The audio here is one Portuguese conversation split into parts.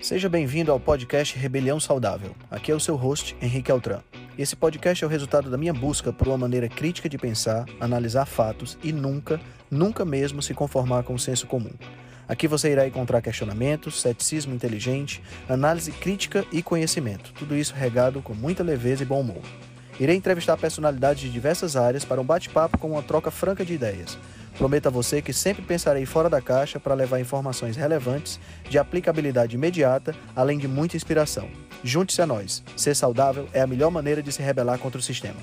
Seja bem-vindo ao podcast Rebelião Saudável. Aqui é o seu host, Henrique Altran. Esse podcast é o resultado da minha busca por uma maneira crítica de pensar, analisar fatos e nunca mesmo se conformar com o senso comum. Aqui você irá encontrar questionamentos, ceticismo inteligente, análise crítica e conhecimento. Tudo isso regado com muita leveza e bom humor. Irei entrevistar personalidades de diversas áreas para um bate-papo com uma troca franca de ideias. Prometo a você que sempre pensarei fora da caixa para levar informações relevantes, de aplicabilidade imediata, além de muita inspiração. Junte-se a nós. Ser saudável é a melhor maneira de se rebelar contra o sistema.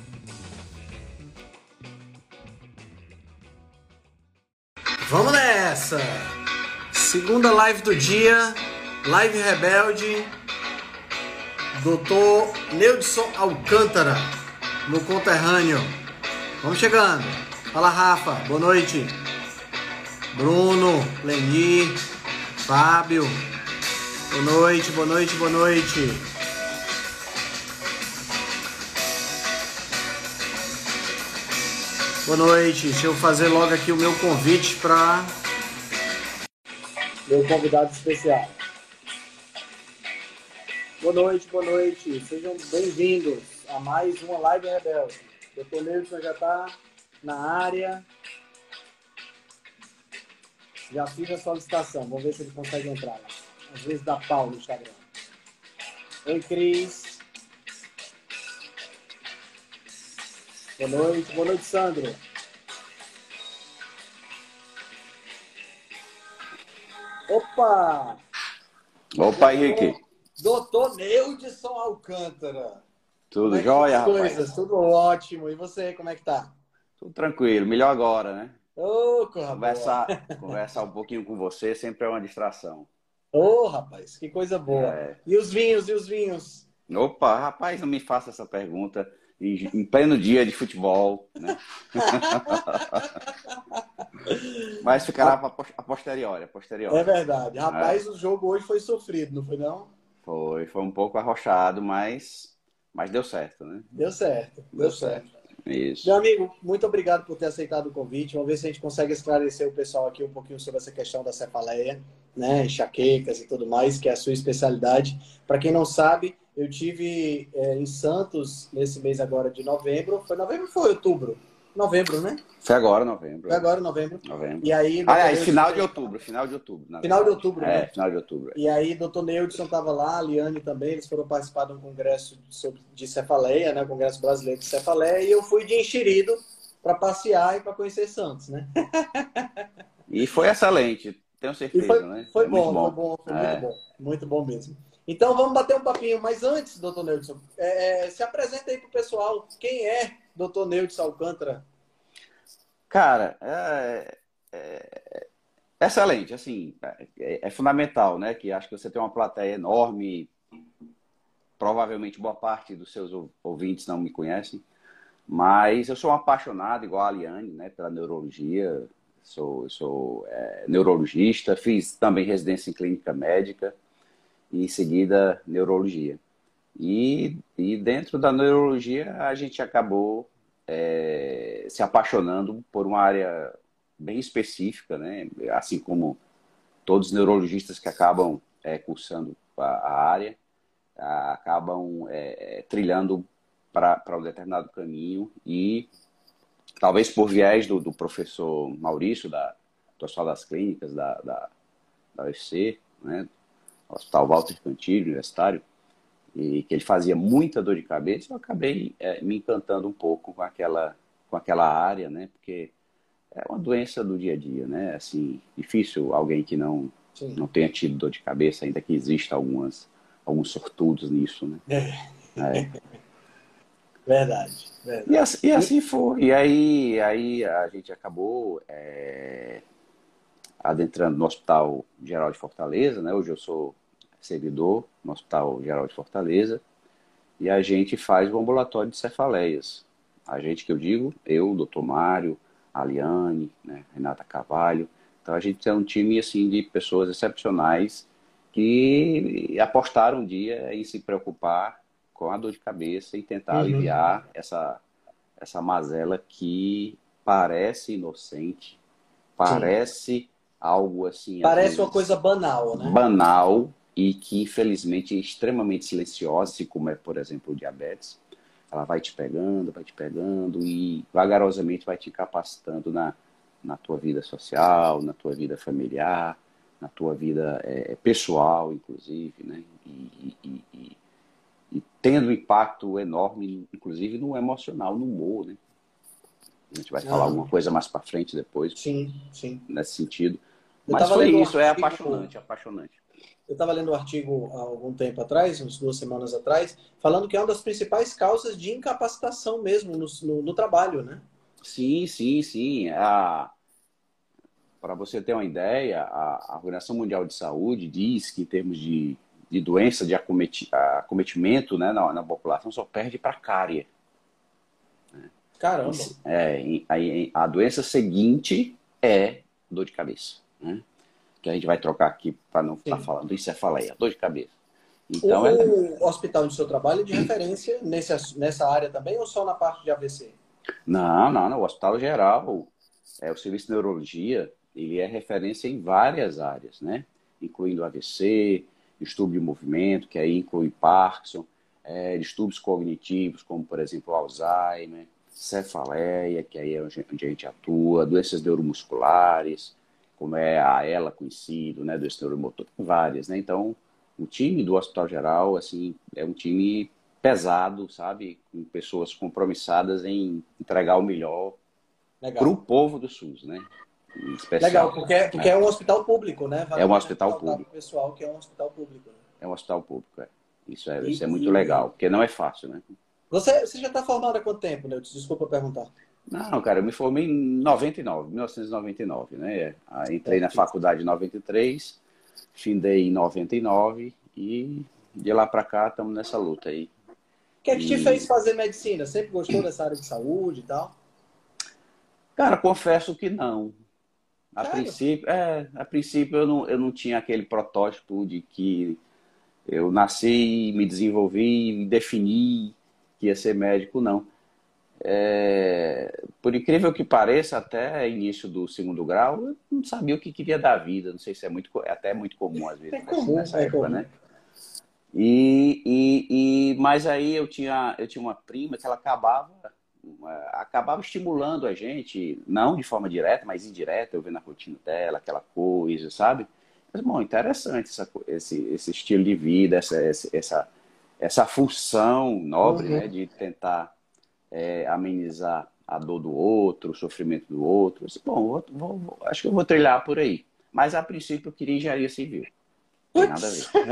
Vamos nessa! Segunda live do dia, live rebelde, Dr. Neudson Alcântara, no conterrâneo. Vamos chegando. Fala, Rafa, boa noite. Bruno, Leni, Fábio, boa noite, boa noite, boa noite. Boa noite, deixa eu fazer logo aqui o meu convite para meu convidado especial. Boa noite, sejam bem-vindos a mais uma Live Rebelde. Dr. Neudson já está na área. Já fiz a solicitação. Vamos ver se ele consegue entrar. Às vezes dá pau no Instagram. Oi, Cris. Boa noite, Sandro. Opa, Henrique. Doutor Neudson Alcântara. Tudo jóia, rapaz? Tudo ótimo. E você, como é que tá? Tudo tranquilo. Melhor agora, né? Conversar um pouquinho com você sempre é uma distração. Rapaz, que coisa boa. E os vinhos? Opa, rapaz, não me faça essa pergunta em pleno dia de futebol, né? Mas ficará a posteriori. É verdade. Rapaz, o jogo hoje foi sofrido, não foi não? Foi um pouco arrochado, mas deu certo, né? Deu certo. Isso. Meu amigo, muito obrigado por ter aceitado o convite. Vamos ver se a gente consegue esclarecer o pessoal aqui um pouquinho sobre essa questão da cefaleia, né? Enxaquecas e tudo mais, que é a sua especialidade. Para quem não sabe, eu tive em Santos nesse mês agora de novembro. Foi novembro ou foi outubro? Novembro, né? Foi agora novembro. Novembro. E aí, final de outubro. Final de outubro, né? Final de outubro. E aí, Dr. Neudson estava lá, a Liane também, eles foram participar de um congresso de cefaleia, né? O Congresso Brasileiro de Cefaleia, e eu fui de enxerido para passear e para conhecer Santos, né? E foi excelente, tenho certeza, né? Foi muito bom mesmo. Então, vamos bater um papinho. Mas antes, Dr. Neudson, se apresenta aí para o pessoal. Quem é Dr. Neudson Alcântara? Cara, excelente, assim, é fundamental, né? Que acho que você tem uma plateia enorme, provavelmente boa parte dos seus ouvintes não me conhecem, mas eu sou um apaixonado, igual a Liane, né? Pela neurologia, sou neurologista, fiz também residência em clínica médica e em seguida neurologia. E dentro da neurologia a gente acabou se apaixonando por uma área bem específica, né? Assim como todos os neurologistas que acabam cursando a área, acabam trilhando para um determinado caminho e talvez por viés do professor Maurício, do Hospital das Clínicas, da UFC, né? Hospital Walter Cantillo, universitário, e que ele fazia muita dor de cabeça, eu acabei me encantando um pouco com aquela área, né? Porque é uma doença do dia a dia, né? Assim, difícil alguém que não tenha tido dor de cabeça, ainda que exista alguns sortudos nisso, né? Verdade. E assim foi. E aí a gente acabou adentrando no Hospital Geral de Fortaleza, né? Hoje eu sou servidor no Hospital Geral de Fortaleza e a gente faz o ambulatório de cefaleias. A gente que eu digo, eu, Dr. Mário, a Liane, né? Renata Carvalho. Então a gente é um time assim de pessoas excepcionais que apostaram um dia em se preocupar com a dor de cabeça e tentar aliviar essa mazela que parece inocente, parece algo assim... Parece uma coisa banal, né? Banal e que, infelizmente, é extremamente silenciosa, assim como é, por exemplo, o diabetes. Ela vai te pegando e vagarosamente vai te incapacitando na tua vida social, na tua vida familiar, na tua vida pessoal, inclusive, né? E tendo um impacto enorme, inclusive no emocional, no humor, né? A gente vai falar alguma Aham. coisa mais para frente depois, Sim, sim. nesse sentido. Eu Mas estava foi lendo um isso, é artigo, apaixonante, apaixonante. eu estava lendo um artigo há algum tempo atrás, uns 2 semanas atrás, falando que é uma das principais causas de incapacitação mesmo no trabalho, né? Sim, sim, sim. Para você ter uma ideia, a Organização Mundial de Saúde diz que em termos de doença, de acometimento, né, na população, só perde para cárie. Caramba. A doença seguinte é dor de cabeça, né? Que a gente vai trocar aqui para não estar Sim. falando isso, é cefaleia, dor de cabeça. O, Então, ela o hospital onde o senhor trabalha é de referência nessa área também ou só na parte de AVC? não, o Hospital Geral, o Serviço de Neurologia, ele é referência em várias áreas, né? Incluindo AVC, distúrbio de movimento, que aí inclui Parkinson, distúrbios cognitivos, como, por exemplo, Alzheimer, cefaleia, que aí é onde a gente atua, doenças neuromusculares, como é a ELA conhecido, né? Doença neuromotor, várias, né? Então, o time do Hospital Geral, assim, é um time pesado, sabe? Com pessoas compromissadas em entregar o melhor para o Legal. povo do SUS, né? Em Legal, especial, porque né? é um hospital público, né? Vale É a um pena hospital ressaltar para público. o pessoal que é um hospital público. Né? É um hospital público, é. E, Isso é muito e legal, porque não é fácil, né? você já está formado há quanto tempo, Neudes? Desculpa perguntar. Não, cara, eu me formei em 99, 1999, né? Aí entrei na Certíssimo. faculdade em 93, findei em 99 e de lá para cá estamos nessa luta aí. O que é que te fez E, fazer medicina? Sempre gostou dessa área de saúde e tal? cara, confesso que não. Sério? A princípio eu não tinha aquele protótipo de que eu nasci, me desenvolvi, me defini que ia ser médico, não. Por incrível que pareça, até início do segundo grau, eu não sabia o que queria da vida. Não sei se é até muito comum às vezes nessa É época, comum. né? Mas aí eu tinha uma prima que ela acabava estimulando a gente, não de forma direta, mas indireta, eu vendo a rotina dela, aquela coisa, sabe? Mas, bom, interessante esse estilo de vida, essa função nobre, né, Uhum. de tentar amenizar a dor do outro, o sofrimento do outro. Eu disse, bom, acho que eu vou trilhar por aí. Mas, a princípio, eu queria engenharia civil. Tem nada a ver. Putz,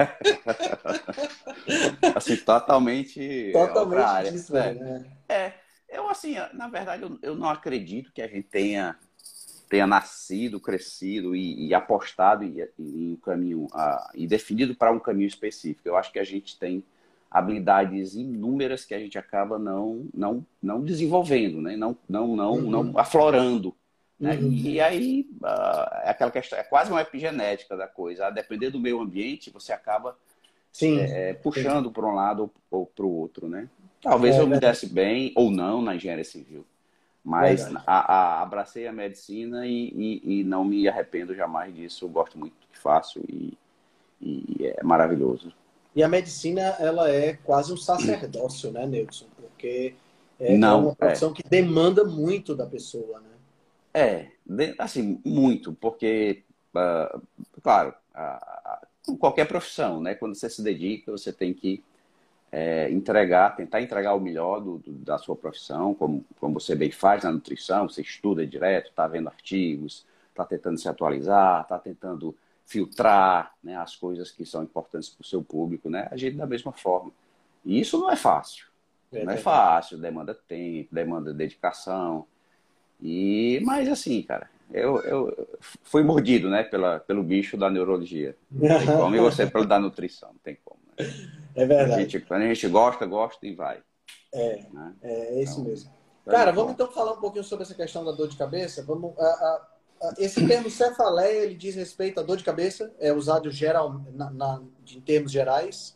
Assim, totalmente outra totalmente área. diferente, né? Eu assim, na verdade, eu não acredito que a gente tenha nascido, crescido e apostado em um caminho, e definido para um caminho específico. Eu acho que a gente tem habilidades inúmeras que a gente acaba não desenvolvendo, né? Não Uhum. aflorando. Né? Uhum. E aí, é aquela questão, é quase uma epigenética da coisa. A depender do meio ambiente, você acaba Sim, sim. puxando para um lado ou para o outro, né? Talvez É eu me verdade. desse bem ou não na engenharia civil, mas Verdade. abracei a medicina e não me arrependo jamais disso. Eu gosto muito do que faço e é maravilhoso. E a medicina, ela é quase um sacerdócio, né, Nilson? Porque é uma Não, profissão que demanda muito da pessoa, né? assim, muito, porque, claro, com qualquer profissão, né? Quando você se dedica, você tem que tentar entregar o melhor da sua profissão, como você bem faz na nutrição, você estuda direto, está vendo artigos, está tentando se atualizar, está tentando filtrar, né, as coisas que são importantes para o seu público, né? A gente da mesma forma. E isso não é fácil. É Não é verdade. fácil, demanda tempo, demanda dedicação. Mas assim, cara, eu fui mordido, né, pelo bicho da neurologia. Não tem como. E você pelo da nutrição, não tem como. Né? É verdade. Quando a gente gosta e vai. Né? É isso Então, mesmo. é Cara, muito vamos bom. então falar um pouquinho sobre essa questão da dor de cabeça. Esse termo cefaleia, ele diz respeito à dor de cabeça, é usado geral, em termos gerais.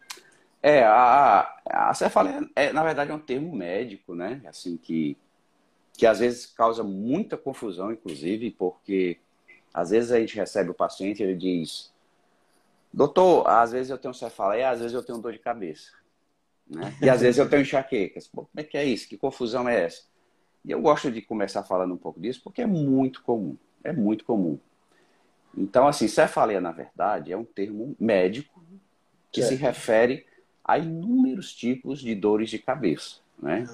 A cefaleia, na verdade, é um termo médico, né? Assim, que às vezes causa muita confusão, inclusive, porque às vezes a gente recebe o paciente e ele diz: doutor, às vezes eu tenho cefaleia, às vezes eu tenho dor de cabeça, né? E às vezes eu tenho enxaquecas. Pô, como é que é isso? Que confusão é essa? E eu gosto de começar falando um pouco disso porque é muito comum. É muito comum. Então, assim, cefaleia, na verdade, é um termo médico que se Certo. refere a inúmeros tipos de dores de cabeça, né?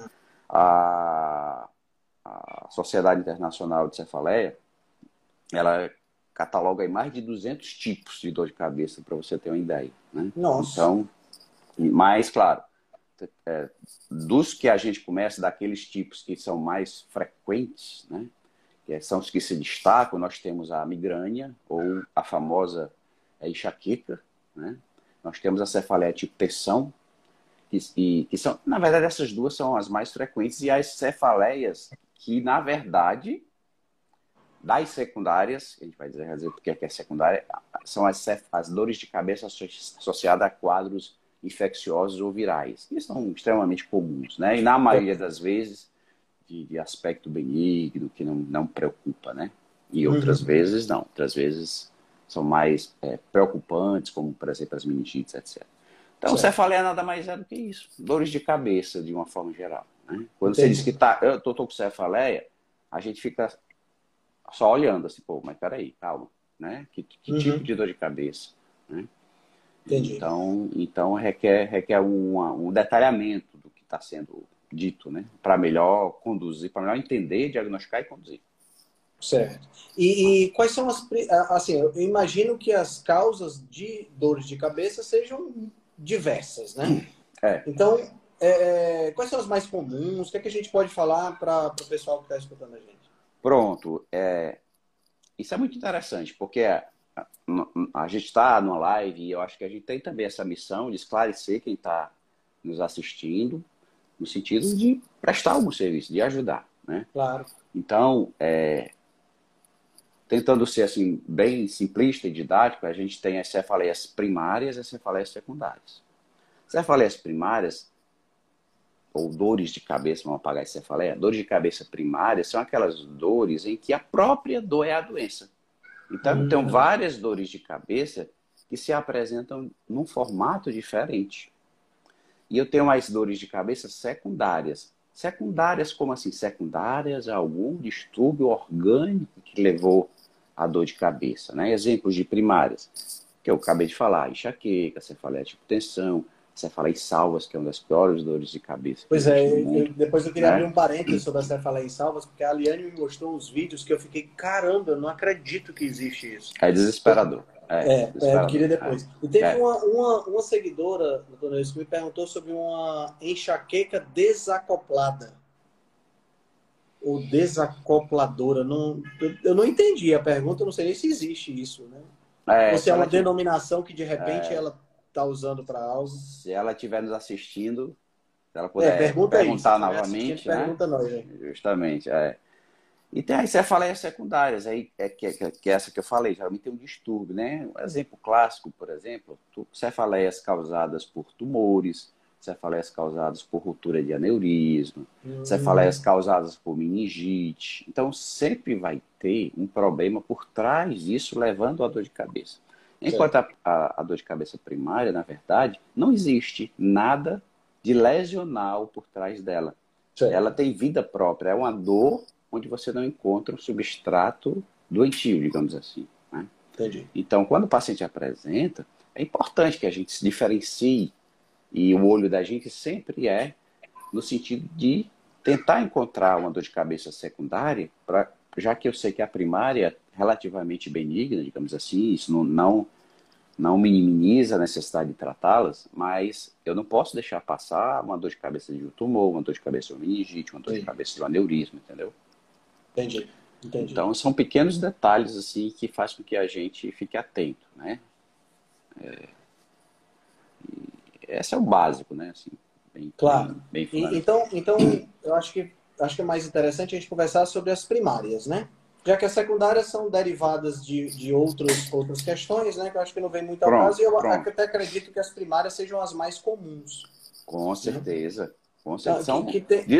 A, a Sociedade Internacional de Cefaleia, ela cataloga aí mais de 200 tipos de dor de cabeça, para você ter uma ideia, né? Nossa. Então, mas, claro, dos que a gente começa, daqueles tipos que são mais frequentes, né? Que são os que se destacam, nós temos a migrânia, ou a famosa enxaqueca, né? Nós temos a cefaleia tipo pressão, que são, na verdade, essas duas são as mais frequentes, e as cefaleias que, na verdade, das secundárias, a gente vai dizer porque é secundária, são as dores de cabeça associadas a quadros infecciosos ou virais, que são extremamente comuns, né? E na maioria das vezes, de aspecto benigno, que não preocupa, né? E outras vezes não, outras vezes são mais preocupantes, como, por exemplo, as meningites, etc. Então, Certo. cefaleia nada mais é do que isso, dores de cabeça, de uma forma geral, né? Quando você diz Entendi. que eu tô com cefaleia, a gente fica só olhando assim, pô, mas peraí, calma, né? Que tipo de dor de cabeça, né? Entendi. Então requer um detalhamento do que está sendo dito, né? Para melhor conduzir, para melhor entender, diagnosticar e conduzir. Certo. E quais são assim, eu imagino que as causas de dores de cabeça sejam diversas, né? É, Então, quais são as mais comuns? O que é que a gente pode falar para o pessoal que está escutando a gente? pronto. Isso é muito interessante, porque a gente está numa live e eu acho que a gente tem também essa missão de esclarecer quem está nos assistindo, no sentido de prestar algum serviço, de ajudar, né? Claro. Então, tentando ser assim bem simplista e didático, a gente tem as cefaleias primárias e as cefaleias secundárias. Cefaleias primárias, ou dores de cabeça, vamos apagar essa cefaleia, dores de cabeça primárias são aquelas dores em que a própria dor é a doença. Então, eu tenho várias dores de cabeça que se apresentam num formato diferente. E eu tenho mais dores de cabeça secundárias. Secundárias, como assim? Secundárias a algum distúrbio orgânico que levou à dor de cabeça, né? Exemplos de primárias, que eu acabei de falar, enxaqueca, cefaleia tipo tensão, cefaleia salvas, que é uma das piores dores de cabeça que Pois é, existe no mundo, depois eu queria abrir né? um parênteses sobre a cefaleia em salvas, porque a Aliane me mostrou uns vídeos que eu fiquei, caramba, eu não acredito que existe isso. É desesperador. Eu Desesperador. queria depois. E teve É. uma seguidora, doutor Neuza, que me perguntou sobre uma enxaqueca desacoplada. Ou desacopladora. Não, eu não entendi a pergunta, eu não sei nem se existe isso, né? Ou se Se é ela uma tiver, denominação que de repente ela está usando para algo. se ela estiver nos assistindo, se ela puder Pergunta aí. Se perguntar estiver assistindo, novamente, né? pergunta nós, né? Justamente, E tem as cefaleias secundárias, aí, que é essa que eu falei, geralmente tem um distúrbio, né? Um exemplo clássico, por exemplo, cefaleias causadas por tumores, cefaleias causadas por ruptura de aneurisma, cefaleias causadas por meningite. Então, sempre vai ter um problema por trás disso, levando à dor de cabeça. Enquanto a dor de cabeça primária, na verdade, não existe nada de lesional por trás dela. Certo. Ela tem vida própria, é uma dor onde você não encontra um substrato doentio, digamos assim, né? Entendi. Então, quando o paciente apresenta, é importante que a gente se diferencie, e o olho da gente sempre é no sentido de tentar encontrar uma dor de cabeça secundária, já que eu sei que a primária é relativamente benigna, digamos assim, isso não minimiza a necessidade de tratá-las, mas eu não posso deixar passar uma dor de cabeça de um tumor, uma dor de cabeça de uma meningite, uma dor de cabeça de um aneurisma, entendeu? Entendi. Então, são pequenos detalhes assim que faz com que a gente fique atento, né? Esse é o básico, né? Assim, Claro. bem fundamental. Então, eu acho que é mais interessante a gente conversar sobre as primárias, né? Já que as secundárias são derivadas de outras questões, né? Que eu acho que não vem muito ao caso, e eu até acredito que as primárias sejam as mais comuns. Com certeza. Né? Com certeza. São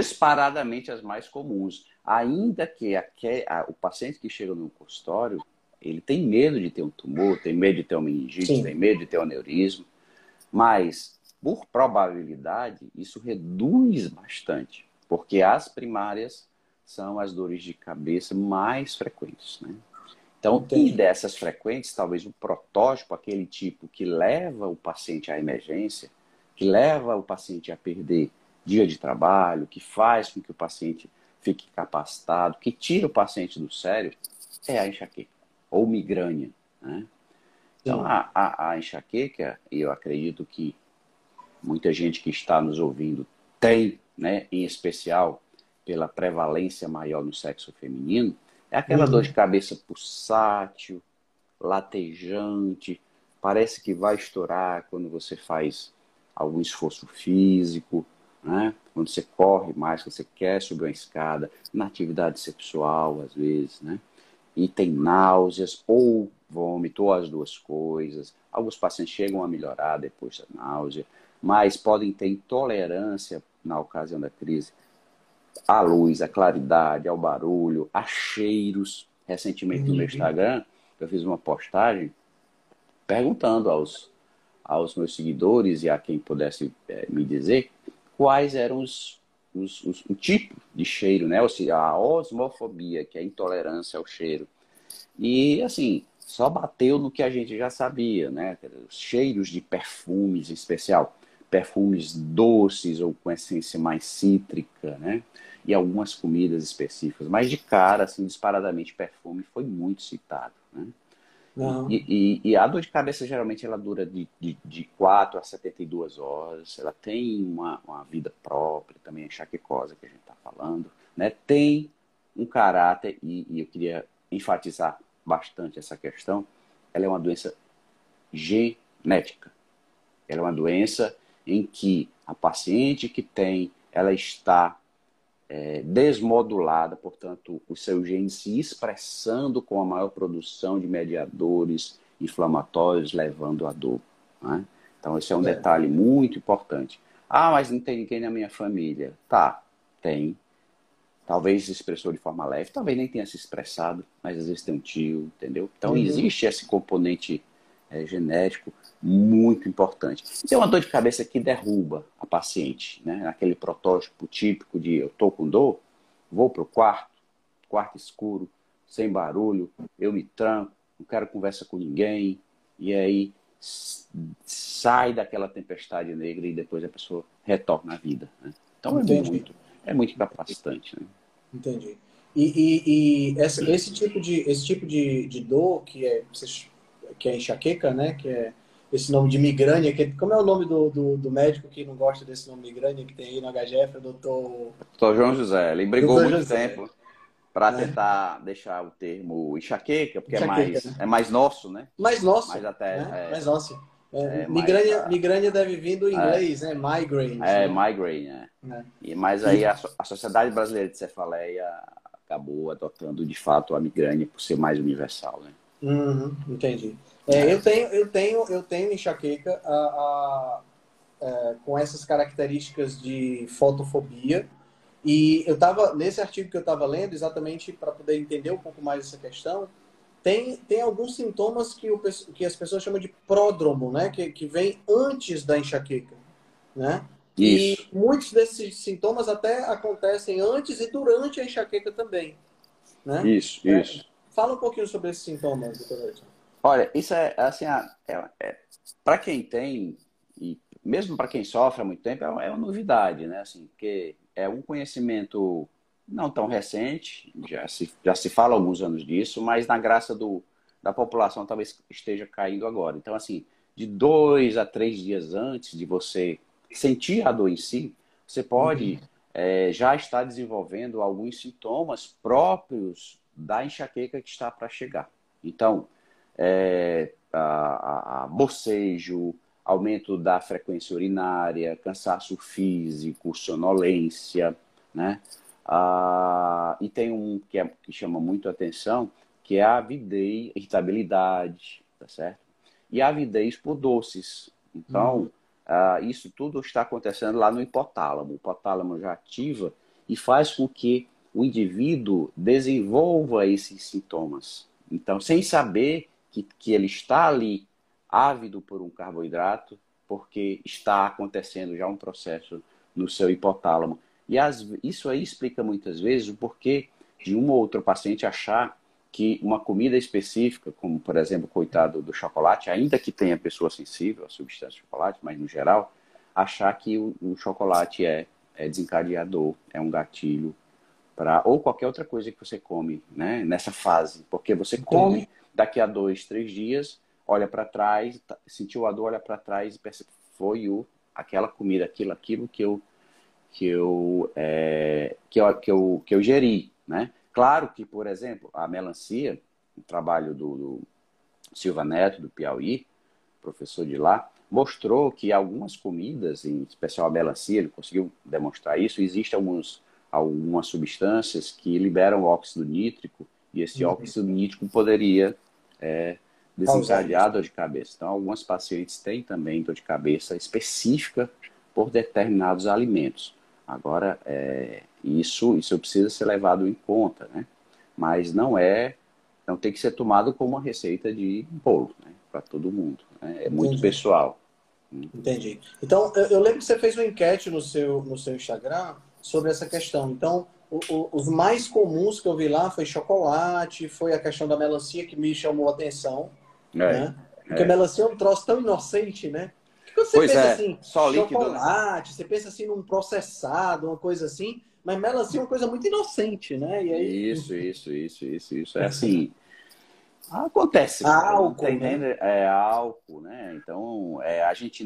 disparadamente as mais comuns. Ainda que o paciente que chega no consultório, Ele tem medo de ter um tumor, tem medo de ter uma meningite, Sim. tem medo de ter um aneurisma, mas, por probabilidade, isso reduz bastante, porque as primárias são as dores de cabeça mais frequentes, né? Então, e Entendi. dessas frequentes, talvez o protótipo, aquele tipo que leva o paciente à emergência, que leva o paciente a perder dia de trabalho, que faz com que o paciente fique incapacitado, que tira o paciente do sério, é a enxaqueca, ou migrânia, né? Então, Sim. a enxaqueca, e eu acredito que muita gente que está nos ouvindo tem, né, em especial pela prevalência maior no sexo feminino, é aquela dor de Uhum. cabeça pulsátil, latejante, parece que vai estourar quando você faz algum esforço físico, né? Quando você corre mais, que você quer subir uma escada, na atividade sexual, às vezes, né? E tem náuseas ou vômito, ou as duas coisas. Alguns pacientes chegam a melhorar depois da náusea, mas podem ter intolerância na ocasião da crise à luz, à claridade, ao barulho, a cheiros. Recentemente no meu Uhum. Instagram, eu fiz uma postagem perguntando aos meus seguidores e a quem pudesse me dizer quais eram o tipo de cheiro, né? Ou seja, a osmofobia, que é a intolerância ao cheiro. E, assim, só bateu no que a gente já sabia, né? Os cheiros de perfumes, em especial perfumes doces ou com essência mais cítrica, né? E algumas comidas específicas. Mas, de cara, assim, disparadamente, perfume foi muito citado, né? Não. E a dor de cabeça, geralmente, ela dura de 4 a 72 horas. Ela tem uma vida própria, também a enxaquecosa que a gente está falando, né? Tem um caráter, e eu queria enfatizar bastante essa questão, ela é uma doença genética. Ela é uma doença em que a paciente que tem, ela está desmodulada, portanto, os seus genes se expressando com a maior produção de mediadores inflamatórios, levando à dor, né? Então, esse é um É. detalhe muito importante. Ah, mas não tem ninguém na minha família. Tá, tem. Talvez se expressou de forma leve, talvez nem tenha se expressado, mas às vezes tem um tio, entendeu? Então, Uhum. existe esse componente genético muito importante. Tem uma dor de cabeça que derruba a paciente, né? Aquele protótipo típico de eu tô com dor, vou pro quarto escuro, sem barulho, eu me tranco, não quero conversa com ninguém, e aí sai daquela tempestade negra e depois a pessoa retorna à vida, né? Então Entendi. é muito incapacitante, né? Entendi. E esse tipo de dor que é enxaqueca, né? Que é esse nome de migrânia, como é o nome do médico que não gosta desse nome migrânia que tem aí no HGF, o Doutor João José, ele brigou doutor muito José, tempo para né? tentar deixar o termo enxaqueca, porque Enxaqueca, é né? mais nosso, né? Mas Mais nosso, até né? Mas nosso. mais Migrânia deve vir do é, inglês, né? Migraines, né? migraine, né? Né? Mas E, aí a Sociedade Brasileira de Cefaleia acabou adotando de fato a migrânia por ser mais universal, né? uhum, entendi. É, Eu tenho enxaqueca com essas características de fotofobia. E eu estava, nesse artigo que eu estava lendo, exatamente para poder entender um pouco mais essa questão, tem alguns sintomas que as pessoas chamam de pródromo, né? Que vem antes da enxaqueca, né? E isso, muitos desses sintomas até acontecem antes e durante a enxaqueca também, né? isso. Fala um pouquinho sobre esses sintomas, doutor Edson. Olha, isso é assim, para quem tem, e mesmo para quem sofre há muito tempo, é uma novidade, né? Assim, porque é um conhecimento não tão recente, já se fala há alguns anos disso, mas na graça da população talvez esteja caindo agora. Então, assim, de 2 a 3 dias antes de você sentir a dor em si, você pode Uhum. já estar desenvolvendo alguns sintomas próprios da enxaqueca que está para chegar. Então, a bocejo, aumento da frequência urinária, cansaço físico, sonolência, né? E tem um que chama muito a atenção, que é a avidez, irritabilidade, tá certo? E a avidez por doces. Então, Uhum. isso tudo está acontecendo lá no hipotálamo. O hipotálamo já ativa e faz com que o indivíduo desenvolva esses sintomas Então, sem saber que ele está ali ávido por um carboidrato, porque está acontecendo já um processo no seu hipotálamo. E isso aí explica muitas vezes o porquê de um ou outro paciente achar que uma comida específica, como por exemplo, coitado do chocolate, ainda que tenha pessoa sensível à substância de chocolate, mas no geral, achar que o chocolate é desencadeador, é um gatilho para ou qualquer outra coisa que você come, né, nessa fase. Porque você come, daqui a 2, 3 dias, olha para trás, sentiu a dor, olha para trás e percebe foi aquela comida, aquilo que eu geri, né? Claro que, por exemplo, a melancia, o trabalho do Silva Neto, do Piauí, professor de lá, mostrou que algumas comidas, em especial a melancia, ele conseguiu demonstrar isso, existem algumas substâncias que liberam óxido nítrico, e esse óxido nítrico poderia desencadear dor de cabeça. Então, alguns pacientes têm também dor de cabeça específica por determinados alimentos. Agora, isso precisa ser levado em conta, né? Mas não tem que ser tomado como uma receita de bolo, né? Para todo mundo, né? É muito pessoal. Entendi. Então, eu lembro que você fez uma enquete no seu Instagram sobre essa questão. Então, os mais comuns que eu vi lá foi chocolate, foi a questão da melancia que me chamou a atenção, né? Porque a melancia é um troço tão inocente, né? Quando você pensa assim, só chocolate, líquido, né? você pensa assim num processado, uma coisa assim, mas melancia é uma coisa muito inocente, né? E aí... Isso. É assim, acontece. Álcool, Tá entendendo? né? É álcool, né? Então, a gente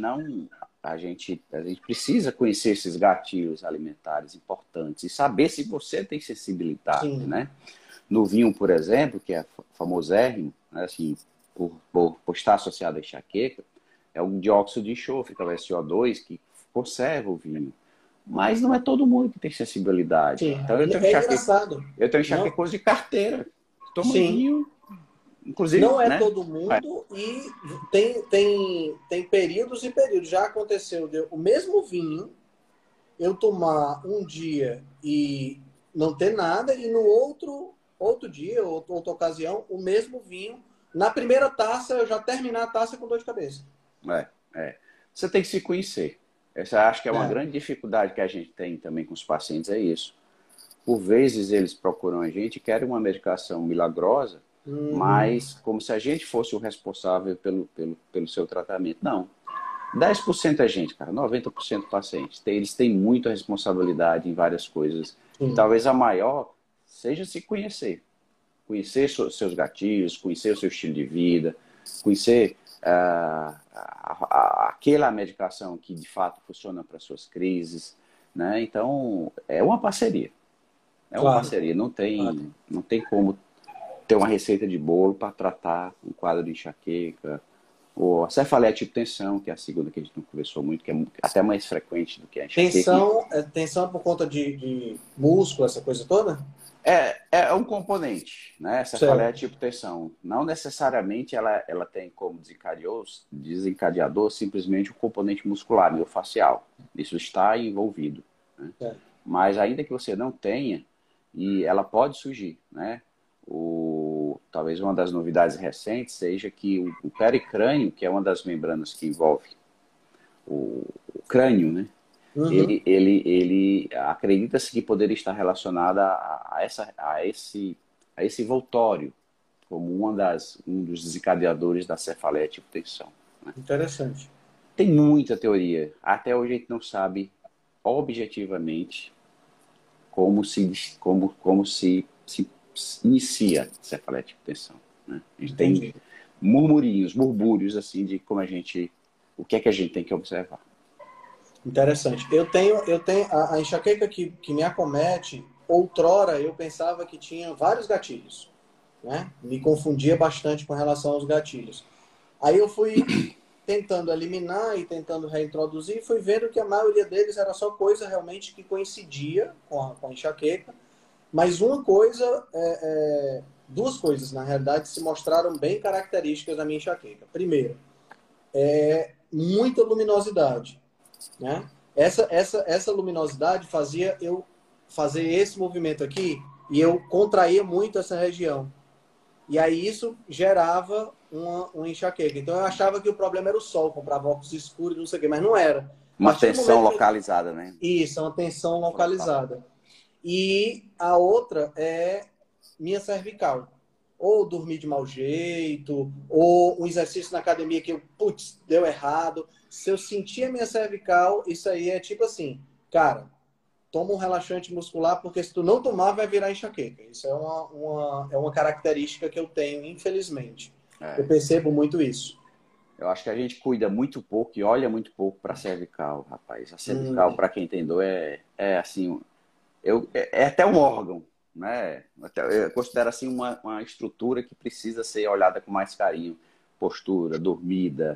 precisa conhecer esses gatilhos alimentares importantes e saber se você tem sensibilidade, Sim. né? No vinho, por exemplo, que é famosérrimo, né? Assim, por estar associado à enxaqueca, é um dióxido de enxofre, que é o SO2, que conserva o vinho. Mas não é todo mundo que tem sensibilidade. Sim. Então, Engraçado. eu tenho enxaquecoso de carteira. Toma Sim. vinho, inclusive, Não é né? todo mundo e tem períodos e períodos. Já aconteceu o mesmo vinho eu tomar um dia e não ter nada e no outro dia, outra ocasião, o mesmo vinho. Na primeira taça, eu já terminar a taça com dor de cabeça. Você tem que se conhecer. Essa acho que é uma grande dificuldade que a gente tem também com os pacientes, é isso. Por vezes eles procuram a gente e querem uma medicação milagrosa, mas como se a gente fosse o responsável pelo seu tratamento. Não. 10% é gente, cara. 90% pacientes. Eles têm muita responsabilidade em várias coisas. E talvez a maior seja se conhecer. Conhecer seus gatilhos, conhecer o seu estilo de vida, conhecer aquela medicação que de fato funciona para suas crises, né? Então, é uma parceria. Uma parceria. Não tem como ter uma receita de bolo para tratar um quadro de enxaqueca, ou a cefaleia tipo tensão, que é a segunda que a gente não conversou muito, que é até mais frequente do que a enxaqueca. Tensão por conta de músculo, essa coisa toda? É um componente, né? Cefaleia tipo tensão. Não necessariamente ela tem como desencadeador simplesmente o componente muscular, miofascial. Isso está envolvido, né? Mas ainda que você não tenha, e ela pode surgir, né? Talvez uma das novidades recentes seja que o pericrânio, que é uma das membranas que envolve o crânio, né? Ele acredita-se que poderia estar relacionada a esse voltório, como um dos desencadeadores da cefaleia tipo tensão, né? Interessante. Tem muita teoria. Até hoje a gente não sabe objetivamente como se inicia a cefaleia tipo tensão, né? A gente tem murmúrios assim de o que é que a gente tem que observar. Interessante. Eu tenho a enxaqueca que me acomete. Outrora eu pensava que tinha vários gatilhos, né? Me confundia bastante com relação aos gatilhos. Aí eu fui tentando eliminar e tentando reintroduzir e fui vendo que a maioria deles era só coisa realmente que coincidia com a enxaqueca. Mas duas coisas, na realidade, se mostraram bem características da minha enxaqueca. Primeiro, muita luminosidade, né? Essa luminosidade fazia eu fazer esse movimento aqui e eu contraía muito essa região. E aí isso gerava uma enxaqueca. Então eu achava que o problema era o sol, comprava óculos escuros, não sei o quê, mas não era. A Uma partir do tensão momento que eu... localizada, né? Isso, é uma tensão Frontal. localizada. E a outra é minha cervical. Ou dormir de mau jeito, ou um exercício na academia que eu, putz, deu errado. Se eu sentir a minha cervical, isso aí é tipo assim, cara, toma um relaxante muscular, porque se tu não tomar, vai virar enxaqueca. Isso é uma característica que eu tenho, infelizmente. Eu É. percebo muito isso. Eu acho que a gente cuida muito pouco e olha muito pouco para a cervical, rapaz. A cervical, Hum, para quem tem dor, é assim, é até um órgão, né? Eu considero assim uma estrutura que precisa ser olhada com mais carinho. Postura, dormida,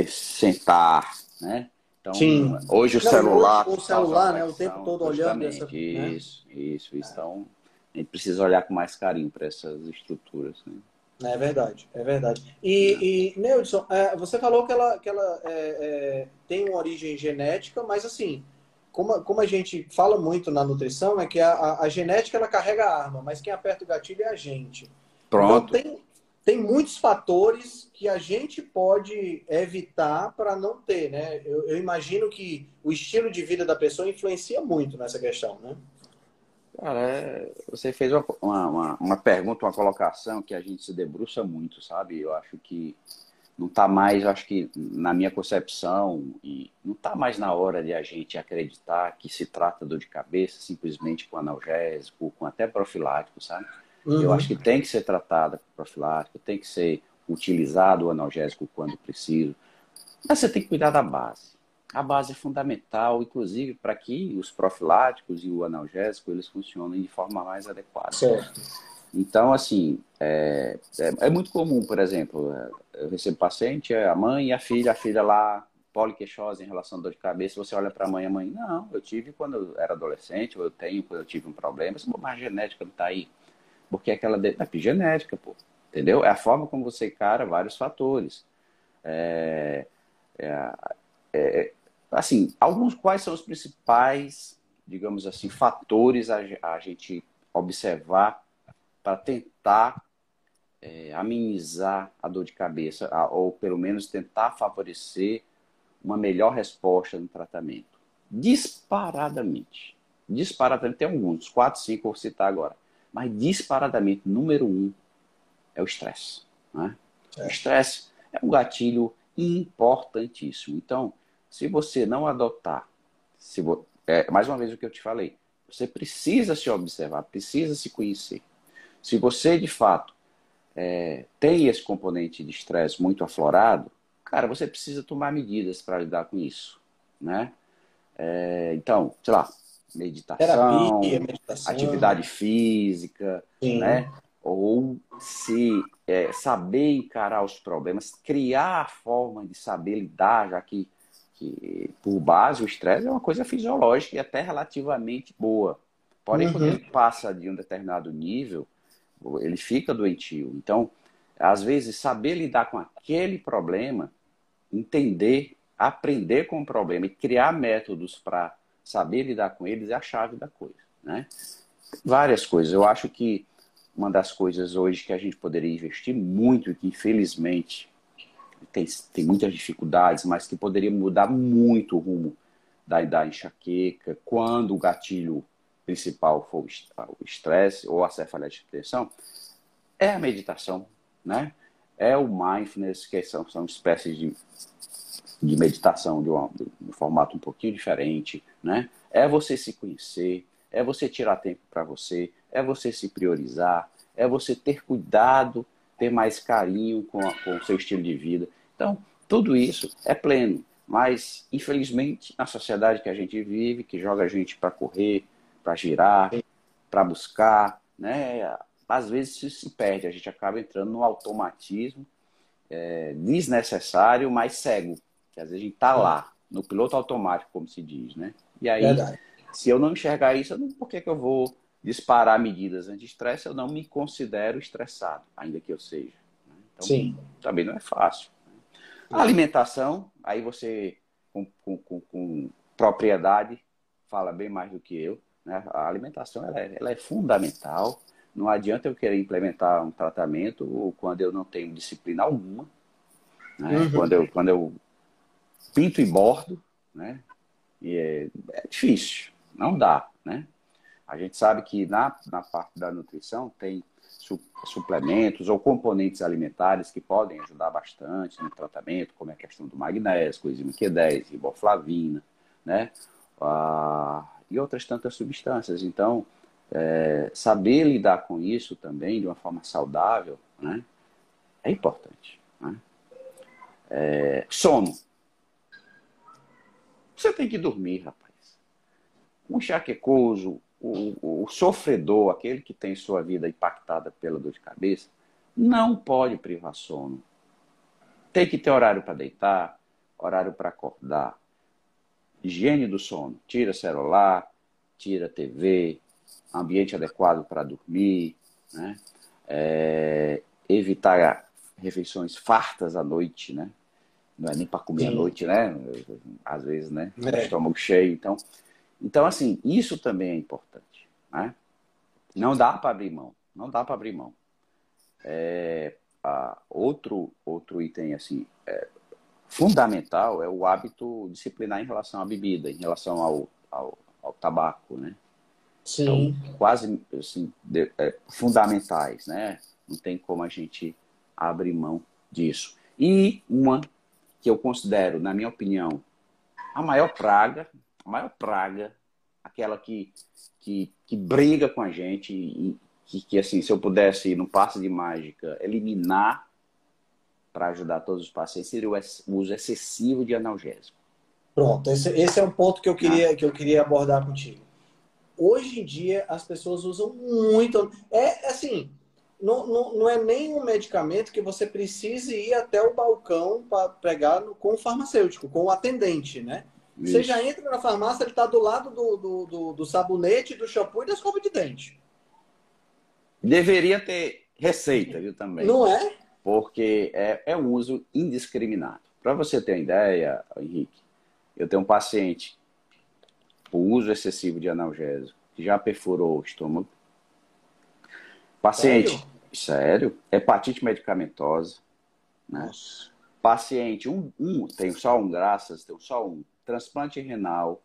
sentar, né? Então, sim. hoje o Não, e hoje celular com o causa uma celular, né, o tempo flexão, todo olhando essa, justamente. né? Isso. Então, a gente precisa olhar com mais carinho para essas estruturas, né? É verdade, é verdade. Né? Neudson, você falou que ela tem uma origem genética, mas assim, como a gente fala muito na nutrição, é que a genética ela carrega a arma, mas quem aperta o gatilho é a gente. Então Pronto. tem muitos fatores que a gente pode evitar para não ter, né? Eu imagino que o estilo de vida da pessoa influencia muito nessa questão, né? Cara, você fez uma pergunta, uma colocação que a gente se debruça muito, sabe? Eu acho que não está mais, eu acho que na minha concepção, e não está mais na hora de a gente acreditar que se trata dor de cabeça simplesmente com analgésico, com até profilático, sabe? Eu acho Uhum. que tem que ser tratada com profilático, tem que ser utilizado o analgésico quando preciso, mas você tem que cuidar da base. A base é fundamental, inclusive, para que os profiláticos e o analgésico eles funcionem de forma mais adequada. Certo. Então, assim, é muito comum, por exemplo, eu recebo paciente, a mãe e a filha lá, poliqueixosa em relação à dor de cabeça, você olha para a mãe, não, eu tive quando eu era adolescente, ou eu tenho quando eu tive um problema, mas a genética não está aí. Porque é aquela epigenética, pô, entendeu? É a forma como você encara vários fatores. É, assim, quais são os principais, digamos assim, fatores a gente observar para tentar amenizar a dor de cabeça, ou pelo menos tentar favorecer uma melhor resposta no tratamento? Disparadamente. Disparadamente, tem alguns, 4, 5 eu vou citar agora. Mas disparadamente, número um é o estresse. Né? O Certo. estresse é um gatilho importantíssimo. Então, se você não adotar, mais uma vez o que eu te falei, você precisa se observar, precisa se conhecer. Se você, de fato, tem esse componente de estresse muito aflorado, cara, você precisa tomar medidas para lidar com isso, né? Então, sei lá, Terapia, meditação, meditação, atividade física, sim. né? Ou se saber encarar os problemas, criar a forma de saber lidar, já que por base o estresse é uma coisa fisiológica e até relativamente boa. Porém, quando ele Uhum. passa de um determinado nível, ele fica doentio. Então, às vezes, saber lidar com aquele problema, entender, aprender com o problema e criar métodos para saber lidar com eles é a chave da coisa, né? Várias coisas. Eu acho que uma das coisas hoje que a gente poderia investir muito e que infelizmente tem muitas dificuldades, mas que poderia mudar muito o rumo da enxaqueca quando o gatilho principal for o estresse ou a cefaleia de hipertensão, é a meditação, né? É o mindfulness, que são espécies de meditação de um formato um pouquinho diferente, né? É você se conhecer, é você tirar tempo para você, é você se priorizar, é você ter cuidado, ter mais carinho com o seu estilo de vida. Então, tudo isso é pleno, mas infelizmente na sociedade que a gente vive, que joga a gente para correr, para girar, para buscar, né? Às vezes isso se perde, a gente acaba entrando no automatismo desnecessário, mas cego. Que às vezes a gente está Sim, lá, no piloto automático, como se diz, né? E aí, verdade. se eu não enxergar isso, por que que eu vou disparar medidas anti-estresse? Eu não me considero estressado, ainda que eu seja. Né? Então, Sim. também não é fácil. A Não. alimentação, aí você, com propriedade, fala bem mais do que eu. Né? A alimentação ela é fundamental. Não adianta eu querer implementar um tratamento quando eu não tenho disciplina alguma, né? Quando eu pinto e bordo, né? E é difícil, não dá, né? A gente sabe que na parte da nutrição tem suplementos ou componentes alimentares que podem ajudar bastante no tratamento, como é a questão do magnésio, coenzima Q10, riboflavina, né? E outras tantas substâncias. Então, saber lidar com isso também de uma forma saudável, né? É importante, né? Sono. Você tem que dormir, rapaz. Um enxaquecoso, o sofredor, aquele que tem sua vida impactada pela dor de cabeça, não pode privar sono. Tem que ter horário para deitar, horário para acordar. Higiene do sono. Tira celular, tira TV, ambiente adequado para dormir, né? Evitar refeições fartas à noite, né? Não é nem para comer à noite, né? Às vezes, né? Estômago cheio, então, assim, isso também é importante, né? Não dá para abrir mão. Não dá para abrir mão. Outro item, assim, fundamental é o hábito disciplinar em relação à bebida, em relação ao tabaco, né? Sim. Então, quase, assim, fundamentais, né? Não tem como a gente abrir mão disso. E uma que eu considero, na minha opinião, a maior praga, aquela que briga com a gente e que, assim, se eu pudesse, num passe de mágica, eliminar para ajudar todos os pacientes, seria o uso excessivo de analgésico. Pronto, esse é um ponto que eu queria abordar contigo. Hoje em dia, as pessoas usam muito... assim, não é nem um medicamento que você precise ir até o balcão para pegar com o farmacêutico, com o atendente, né? Isso. Você já entra na farmácia, ele está do lado do sabonete, do shampoo e da escova de dente. Deveria ter receita, viu, também. Não é? Porque é um uso indiscriminado. Para você ter uma ideia, Henrique, eu tenho um paciente por uso excessivo de analgésico que já perfurou o estômago. Paciente, sério, hepatite medicamentosa, né? Nossa. Paciente, tem só um, transplante renal,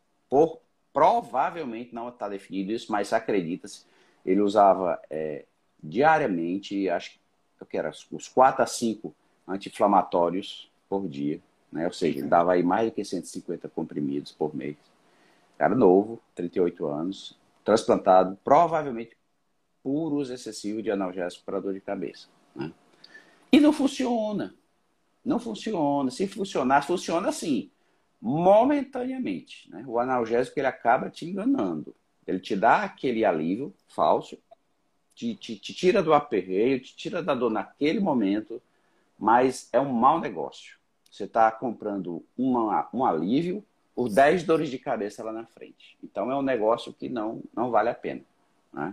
provavelmente não está definido isso, mas acredita-se, ele usava diariamente, acho que era os 4 a 5 anti-inflamatórios por dia, né? Ou seja, ele dava aí mais de que 150 comprimidos por mês. Cara novo, 38 anos, transplantado, provavelmente por uso excessivo de analgésico para dor de cabeça, né? E não funciona. Não funciona. Se funcionar, funciona assim, momentaneamente, né? O analgésico, ele acaba te enganando. Ele te dá aquele alívio falso, te tira do aperreio, te tira da dor naquele momento, mas é um mau negócio. Você está comprando um alívio por 10 dores de cabeça lá na frente. Então é um negócio que não vale a pena, né?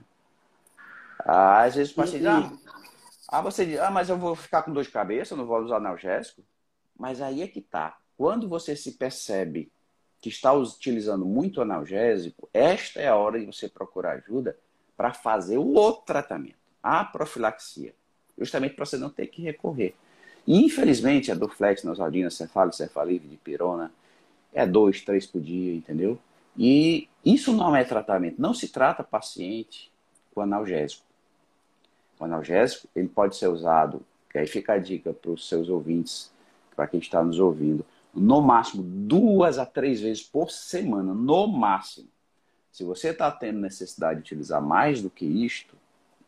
Às vezes o paciente você diz, mas eu vou ficar com dor de cabeça, eu não vou usar analgésico. Mas aí é que tá. Quando você se percebe que está utilizando muito analgésico, esta é a hora de você procurar ajuda para fazer o outro tratamento, a profilaxia. Justamente para você não ter que recorrer. E, infelizmente, a Dorflex, Neosaldina, Cefalívio, Dipirona, 2, 3 por dia, entendeu? E isso não é tratamento. Não se trata paciente com analgésico. O analgésico, ele pode ser usado, que aí fica a dica para os seus ouvintes, para quem está nos ouvindo, no máximo 2 a 3 vezes por semana, no máximo. Se você está tendo necessidade de utilizar mais do que isto,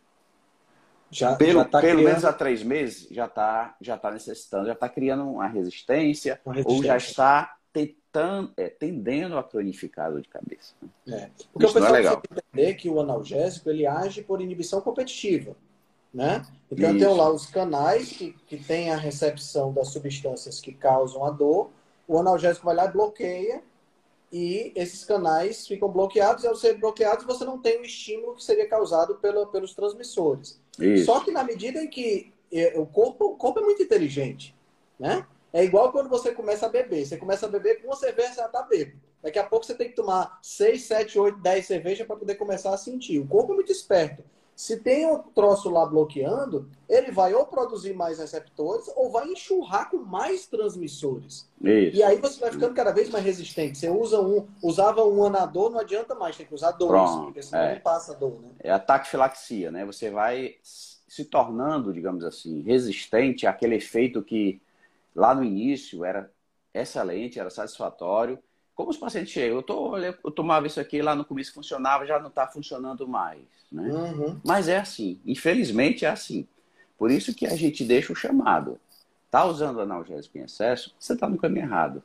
pelo menos há 3 meses, já está necessitando, já está criando uma resistência, ou já está tendendo a cronificar a dor de cabeça. Porque isso o pessoal precisa entender que o analgésico, ele age por inibição competitiva, né? Então tem lá os canais que tem a recepção das substâncias que causam a dor, o analgésico vai lá e bloqueia, e esses canais ficam bloqueados, e ao ser bloqueados você não tem o estímulo que seria causado pelos transmissores. Isso. Só que na medida em que o corpo é muito inteligente, né? É igual quando você começa a beber. Você começa a beber com uma cerveja, você já tá bêbado. Daqui a pouco você tem que tomar 6, 7, 8, 10 cervejas para poder começar a sentir. O corpo é muito esperto. Se tem um troço lá bloqueando, ele vai ou produzir mais receptores ou vai enxurrar com mais transmissores. Isso. E aí você vai ficando cada vez mais resistente. Você usava um anador, não adianta mais, tem que usar dois, Pronto, porque senão não passa a dor, né? É a taquifilaxia, né? Você vai se tornando, digamos assim, resistente àquele efeito que lá no início era excelente, era satisfatório. Como os pacientes chegam, eu tomava isso aqui, lá no começo funcionava, já não está funcionando mais, né? Uhum. Mas é assim, infelizmente é assim. Por isso que a gente deixa o chamado. Tá usando analgésico em excesso, você está no caminho errado,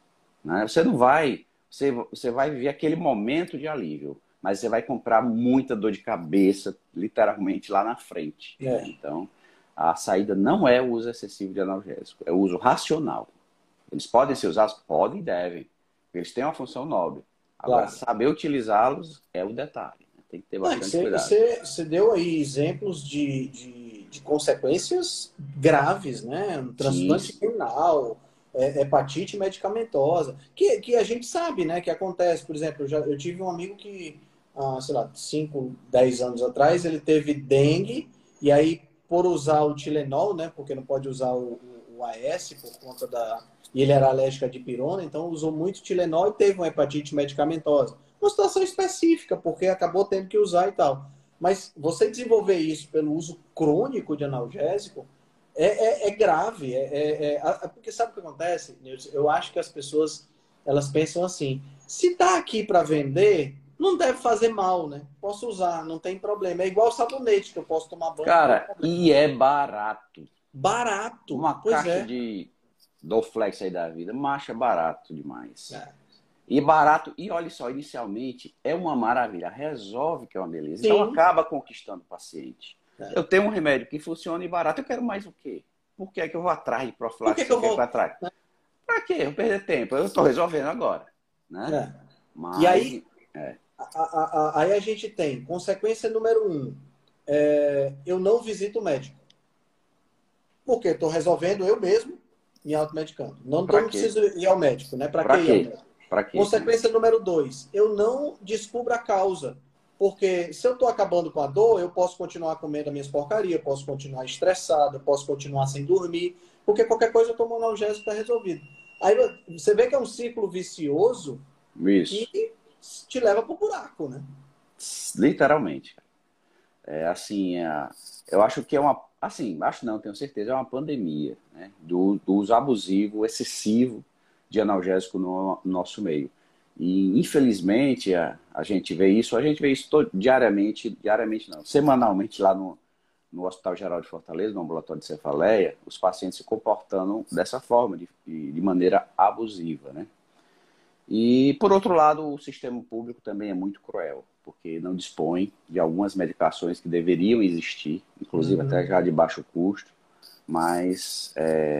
né? Você não vai, você vai viver aquele momento de alívio, mas você vai comprar muita dor de cabeça, literalmente, lá na frente. Né? Então, a saída não é o uso excessivo de analgésico, é o uso racional. Eles podem ser usados? Podem e devem. Eles têm uma função nobre. Agora, saber utilizá-los é o detalhe. Né? Tem que ter bastante cuidado. Você deu aí exemplos de consequências graves, né? Um transplante renal, hepatite medicamentosa, que a gente sabe, né? Que acontece. Por exemplo, eu tive um amigo que, sei lá, 5, 10 anos atrás, ele teve dengue, e aí, por usar o Tilenol, né? Porque não pode usar o AS por conta da... E ele era alérgico à dipirona, então usou muito Tilenol e teve uma hepatite medicamentosa. Uma situação específica, porque acabou tendo que usar e tal. Mas você desenvolver isso pelo uso crônico de analgésico é grave. Porque sabe o que acontece, Nilson? Eu acho que as pessoas elas pensam assim, se está aqui para vender, não deve fazer mal, né? Posso usar, não tem problema. É igual sabonete, que eu posso tomar banho. Cara, e é barato. Barato. Uma caixa de Dorflex aí da vida, macho, é barato demais. E barato, e olha só, inicialmente é uma maravilha, resolve que é uma beleza. Sim. Então acaba conquistando o paciente. Eu tenho um remédio que funciona e barato, eu quero mais o quê? Por que é que eu vou atrás de profilaxia? Por que eu vou atrás? Pra quê? Eu perder tempo, eu estou resolvendo agora. Né? Mas, e aí, aí a gente tem consequência número 1, eu não visito o médico. Porque estou resolvendo eu mesmo me automedicando. Não preciso ir ao médico, né? Para que ir ao médico? Pra quê? Consequência número 2, eu não descubro a causa. Porque se eu estou acabando com a dor, eu posso continuar comendo as minhas porcarias, posso continuar estressado, eu posso continuar sem dormir, porque qualquer coisa eu tomo um analgésico e está resolvido. Aí você vê que é um ciclo vicioso que te leva para o buraco, né? Literalmente. Eu acho que é uma... Assim, acho não, tenho certeza, é uma pandemia, né? do uso abusivo, excessivo de analgésico no nosso meio. E, infelizmente, a gente vê isso diariamente não, semanalmente lá no Hospital Geral de Fortaleza, no ambulatório de cefaleia, os pacientes se comportando dessa forma, de maneira abusiva, né? E, por outro lado, o sistema público também é muito cruel, porque não dispõe de algumas medicações que deveriam existir, inclusive até já de baixo custo, mas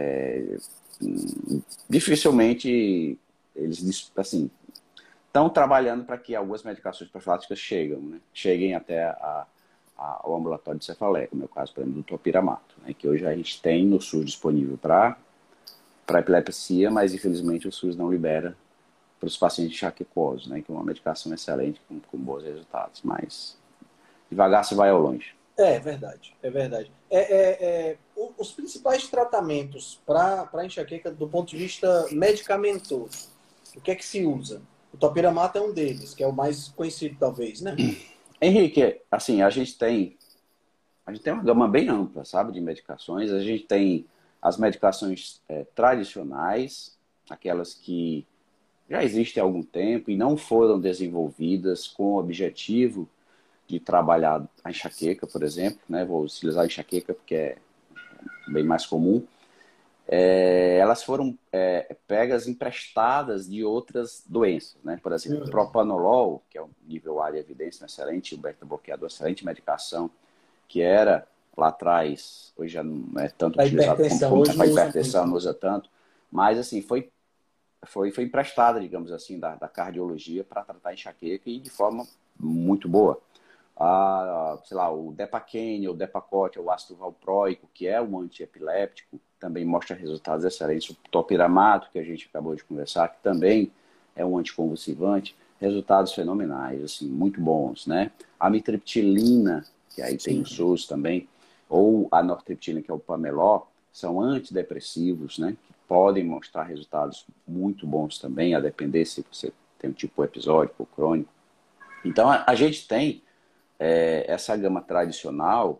dificilmente eles, assim, estão trabalhando para que algumas medicações profiláticas cheguem até ao ambulatório de cefaleia, como é o caso, por exemplo, do topiramato, né, que hoje a gente tem no SUS disponível para epilepsia, mas infelizmente o SUS não libera para os pacientes enxaquecosos, né, que é uma medicação excelente, com bons resultados, mas devagar se vai ao longe. É verdade, é verdade. Os principais tratamentos para enxaqueca do ponto de vista medicamentoso, o que é que se usa? O topiramato é um deles, que é o mais conhecido talvez, né? Henrique, assim, a gente tem uma gama bem ampla, sabe, de medicações. A gente tem as medicações tradicionais, aquelas que já existem há algum tempo e não foram desenvolvidas com o objetivo de trabalhar a enxaqueca, por exemplo, né? Vou utilizar a enxaqueca porque é bem mais comum. Elas foram pegas emprestadas de outras doenças, né? Por exemplo, o propanolol, que é um nível A de evidência, um excelente beta-bloqueador, excelente medicação, que era lá atrás, hoje já não é tanto utilizado como para hipertensão, não usa tanto, mas assim, foi emprestada, digamos assim, da cardiologia para tratar enxaqueca e de forma muito boa. Sei lá, o Depakene, o Depakote, o ácido valproico, que é um antiepiléptico, também mostra resultados excelentes. O topiramato, que a gente acabou de conversar, que também é um anticonvulsivante, resultados fenomenais, assim, muito bons, né? A mitriptilina, que aí tem Sim. o SUS também, ou a nortriptilina, que é o Pameló, são antidepressivos, né? Que podem mostrar resultados muito bons também, a depender se você tem um tipo episódico ou crônico. Então, a gente tem essa gama tradicional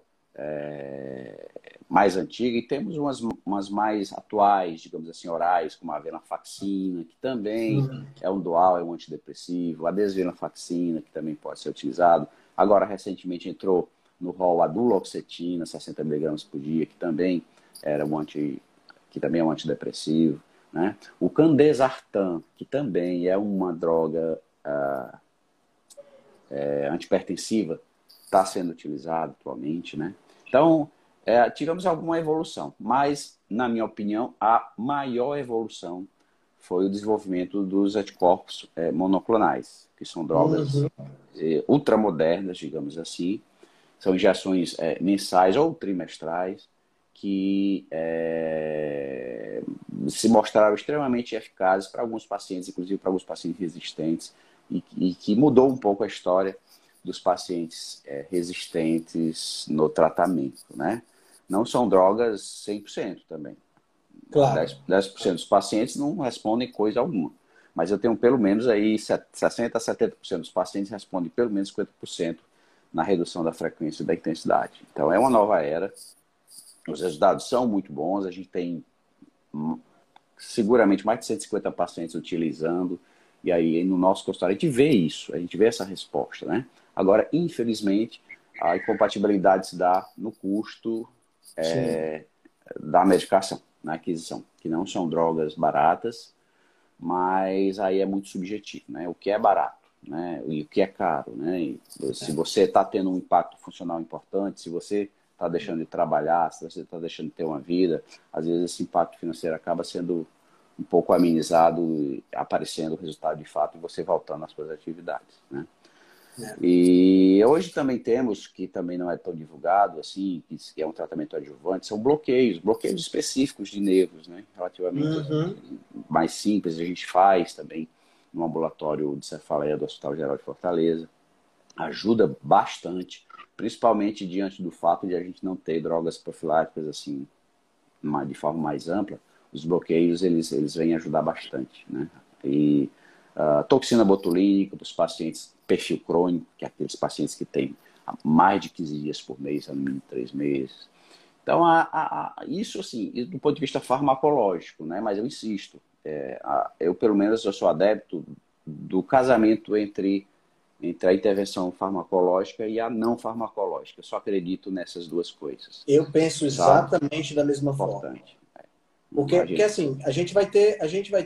mais antiga, e temos umas mais atuais, digamos assim, orais, como a venlafaxina, que também é um dual, é um antidepressivo, a desvenlafaxina, que também pode ser utilizado. Agora, recentemente, entrou no rol a duloxetina, 60 mg por dia, que também que também é um antidepressivo, né? O candesartan, que também é uma droga antipertensiva, está sendo utilizado atualmente, né? Então, tivemos alguma evolução, mas, na minha opinião, a maior evolução foi o desenvolvimento dos anticorpos monoclonais, que são drogas ultramodernas, digamos assim. São injeções mensais ou trimestrais que se mostraram extremamente eficazes para alguns pacientes, inclusive para alguns pacientes resistentes, e que mudou um pouco a história dos pacientes resistentes no tratamento, né? Não são drogas 100% também. Claro. 10% dos pacientes não respondem coisa alguma. Mas eu tenho pelo menos aí 60% a 70% dos pacientes respondem pelo menos 50% na redução da frequência e da intensidade. Então é uma nova era. Os resultados são muito bons. A gente tem seguramente mais de 150 pacientes utilizando. E aí no nosso consultório a gente vê isso, a gente vê essa resposta, né? Agora, infelizmente, a incompatibilidade se dá no custo da medicação, na aquisição, que não são drogas baratas, mas aí é muito subjetivo, né? O que é barato, né? E o que é caro, né? E se você está tendo um impacto funcional importante, se você está deixando de trabalhar, se você está deixando de ter uma vida, às vezes esse impacto financeiro acaba sendo um pouco amenizado, aparecendo o resultado de fato e você voltando às suas atividades, né? E hoje também temos, que também não é tão divulgado assim, que é um tratamento adjuvante, são bloqueios específicos de nervos, né? Relativamente mais simples, a gente faz também no ambulatório de cefaleia do Hospital Geral de Fortaleza. Ajuda bastante, principalmente diante do fato de a gente não ter drogas profiláticas assim, de forma mais ampla. Os bloqueios, eles vêm ajudar bastante, né? E toxina botulínica para os pacientes perfil crônico, que é aqueles pacientes que têm mais de 15 dias por mês, a mínimo 3 meses. Então, isso assim, do ponto de vista farmacológico, né? Mas eu insisto, eu pelo menos eu sou adepto do casamento entre a intervenção farmacológica e a não farmacológica. Eu só acredito nessas duas coisas. Eu penso exatamente da mesma forma. Importante. Porque assim, a gente vai ter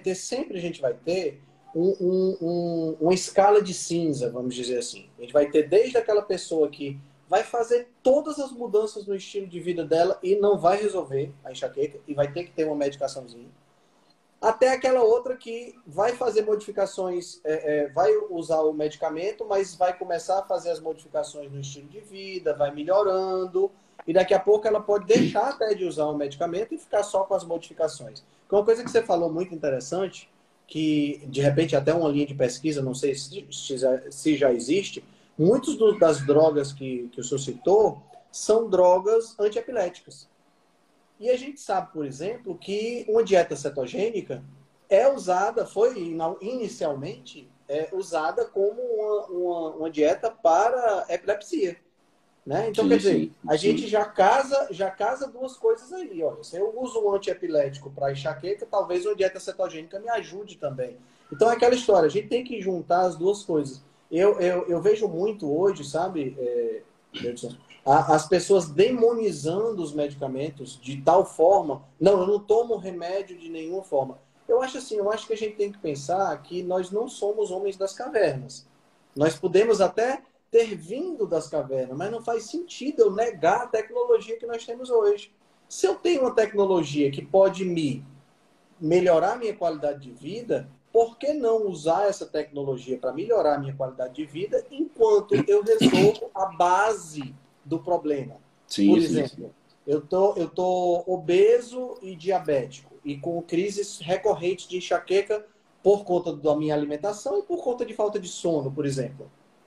uma escala de cinza, vamos dizer assim. A gente vai ter desde aquela pessoa que vai fazer todas as mudanças no estilo de vida dela e não vai resolver a enxaqueca e vai ter que ter uma medicaçãozinha, até aquela outra que vai fazer modificações, vai usar o medicamento, mas vai começar a fazer as modificações no estilo de vida, vai melhorando, e daqui a pouco ela pode deixar até de usar o medicamento e ficar só com as modificações. Uma coisa que você falou muito interessante, que de repente até uma linha de pesquisa, não sei se já existe, muitas das drogas que o senhor citou são drogas antiepiléticas. E a gente sabe, por exemplo, que uma dieta cetogênica foi inicialmente usada como uma dieta para epilepsia. Né? Então, quer dizer, a gente já casa duas coisas aí. Olha, se eu uso um antiepilético para enxaqueca, talvez uma dieta cetogênica me ajude também. Então, é aquela história, a gente tem que juntar as duas coisas. Eu vejo muito hoje, sabe, as pessoas demonizando os medicamentos de tal forma. Não, eu não tomo remédio de nenhuma forma. Eu acho que a gente tem que pensar que nós não somos homens das cavernas. Nós podemos até ter vindo das cavernas, mas não faz sentido eu negar a tecnologia que nós temos hoje. Se eu tenho uma tecnologia que pode melhorar a minha qualidade de vida, por que não usar essa tecnologia para melhorar a minha qualidade de vida enquanto eu resolvo a base do problema? Por exemplo, eu tô obeso e diabético e com crises recorrentes de enxaqueca por conta da minha alimentação e por conta de falta de sono, por exemplo.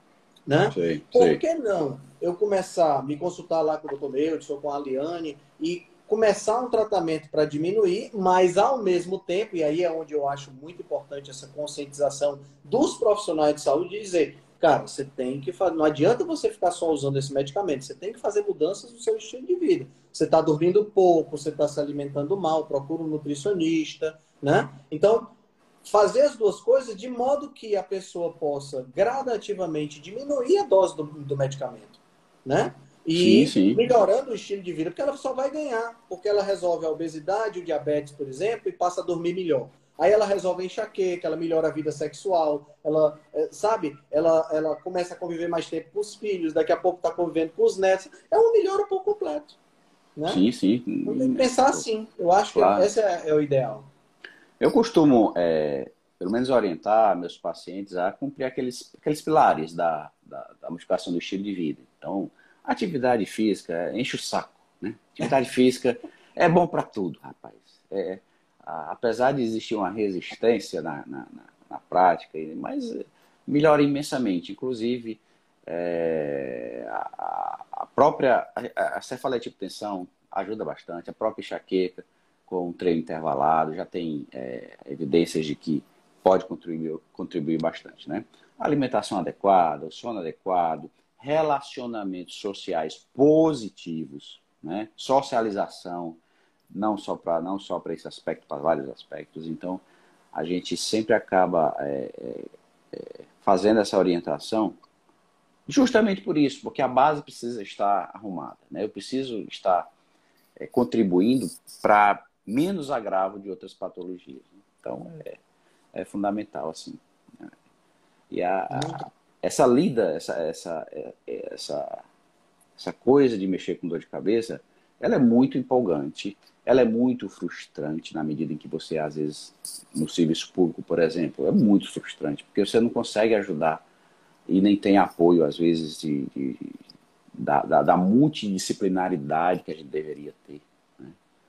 né? Sei, Por sei. que não eu começar a me consultar lá com o Dr. Neudson, com a Liane, e começar um tratamento para diminuir, mas ao mesmo tempo, e aí é onde eu acho muito importante essa conscientização dos profissionais de saúde, de dizer, cara, você tem que fazer, não adianta você ficar só usando esse medicamento, você tem que fazer mudanças no seu estilo de vida. Você está dormindo pouco, você está se alimentando mal, procura um nutricionista, né? Então, fazer as duas coisas de modo que a pessoa possa gradativamente diminuir a dose do medicamento, né? Sim, E sim. melhorando o estilo de vida, porque ela só vai ganhar, porque ela resolve a obesidade, o diabetes, por exemplo, e passa a dormir melhor. Aí ela resolve a enxaqueca, ela melhora a vida sexual, ela, sabe, ela começa a conviver mais tempo com os filhos, daqui a pouco está convivendo com os netos. É uma melhora por completo, né? Sim, sim. Então tem que pensar assim. Eu acho que Claro. esse é o ideal. Eu costumo, pelo menos, orientar meus pacientes a cumprir aqueles pilares da modificação do estilo de vida. Então, atividade física enche o saco, né? Atividade física é bom para tudo, rapaz. Apesar de existir uma resistência na prática, mas melhora imensamente. Inclusive, a própria a cefaleia de hipertensão ajuda bastante, a própria enxaqueca com um treino intervalado, já tem evidências de que pode contribuir bastante, né? Alimentação adequada, sono adequado, relacionamentos sociais positivos, né? Socialização, não só para esse aspecto, para vários aspectos. Então, a gente sempre acaba fazendo essa orientação justamente por isso, porque a base precisa estar arrumada, né? Eu preciso estar contribuindo para menos agravo de outras patologias. Então, é fundamental, assim. Né? E essa lida, essa coisa de mexer com dor de cabeça, ela é muito empolgante, ela é muito frustrante na medida em que você, às vezes, no serviço público, por exemplo, é muito frustrante, porque você não consegue ajudar e nem tem apoio, às vezes, da multidisciplinaridade que a gente deveria ter. Né?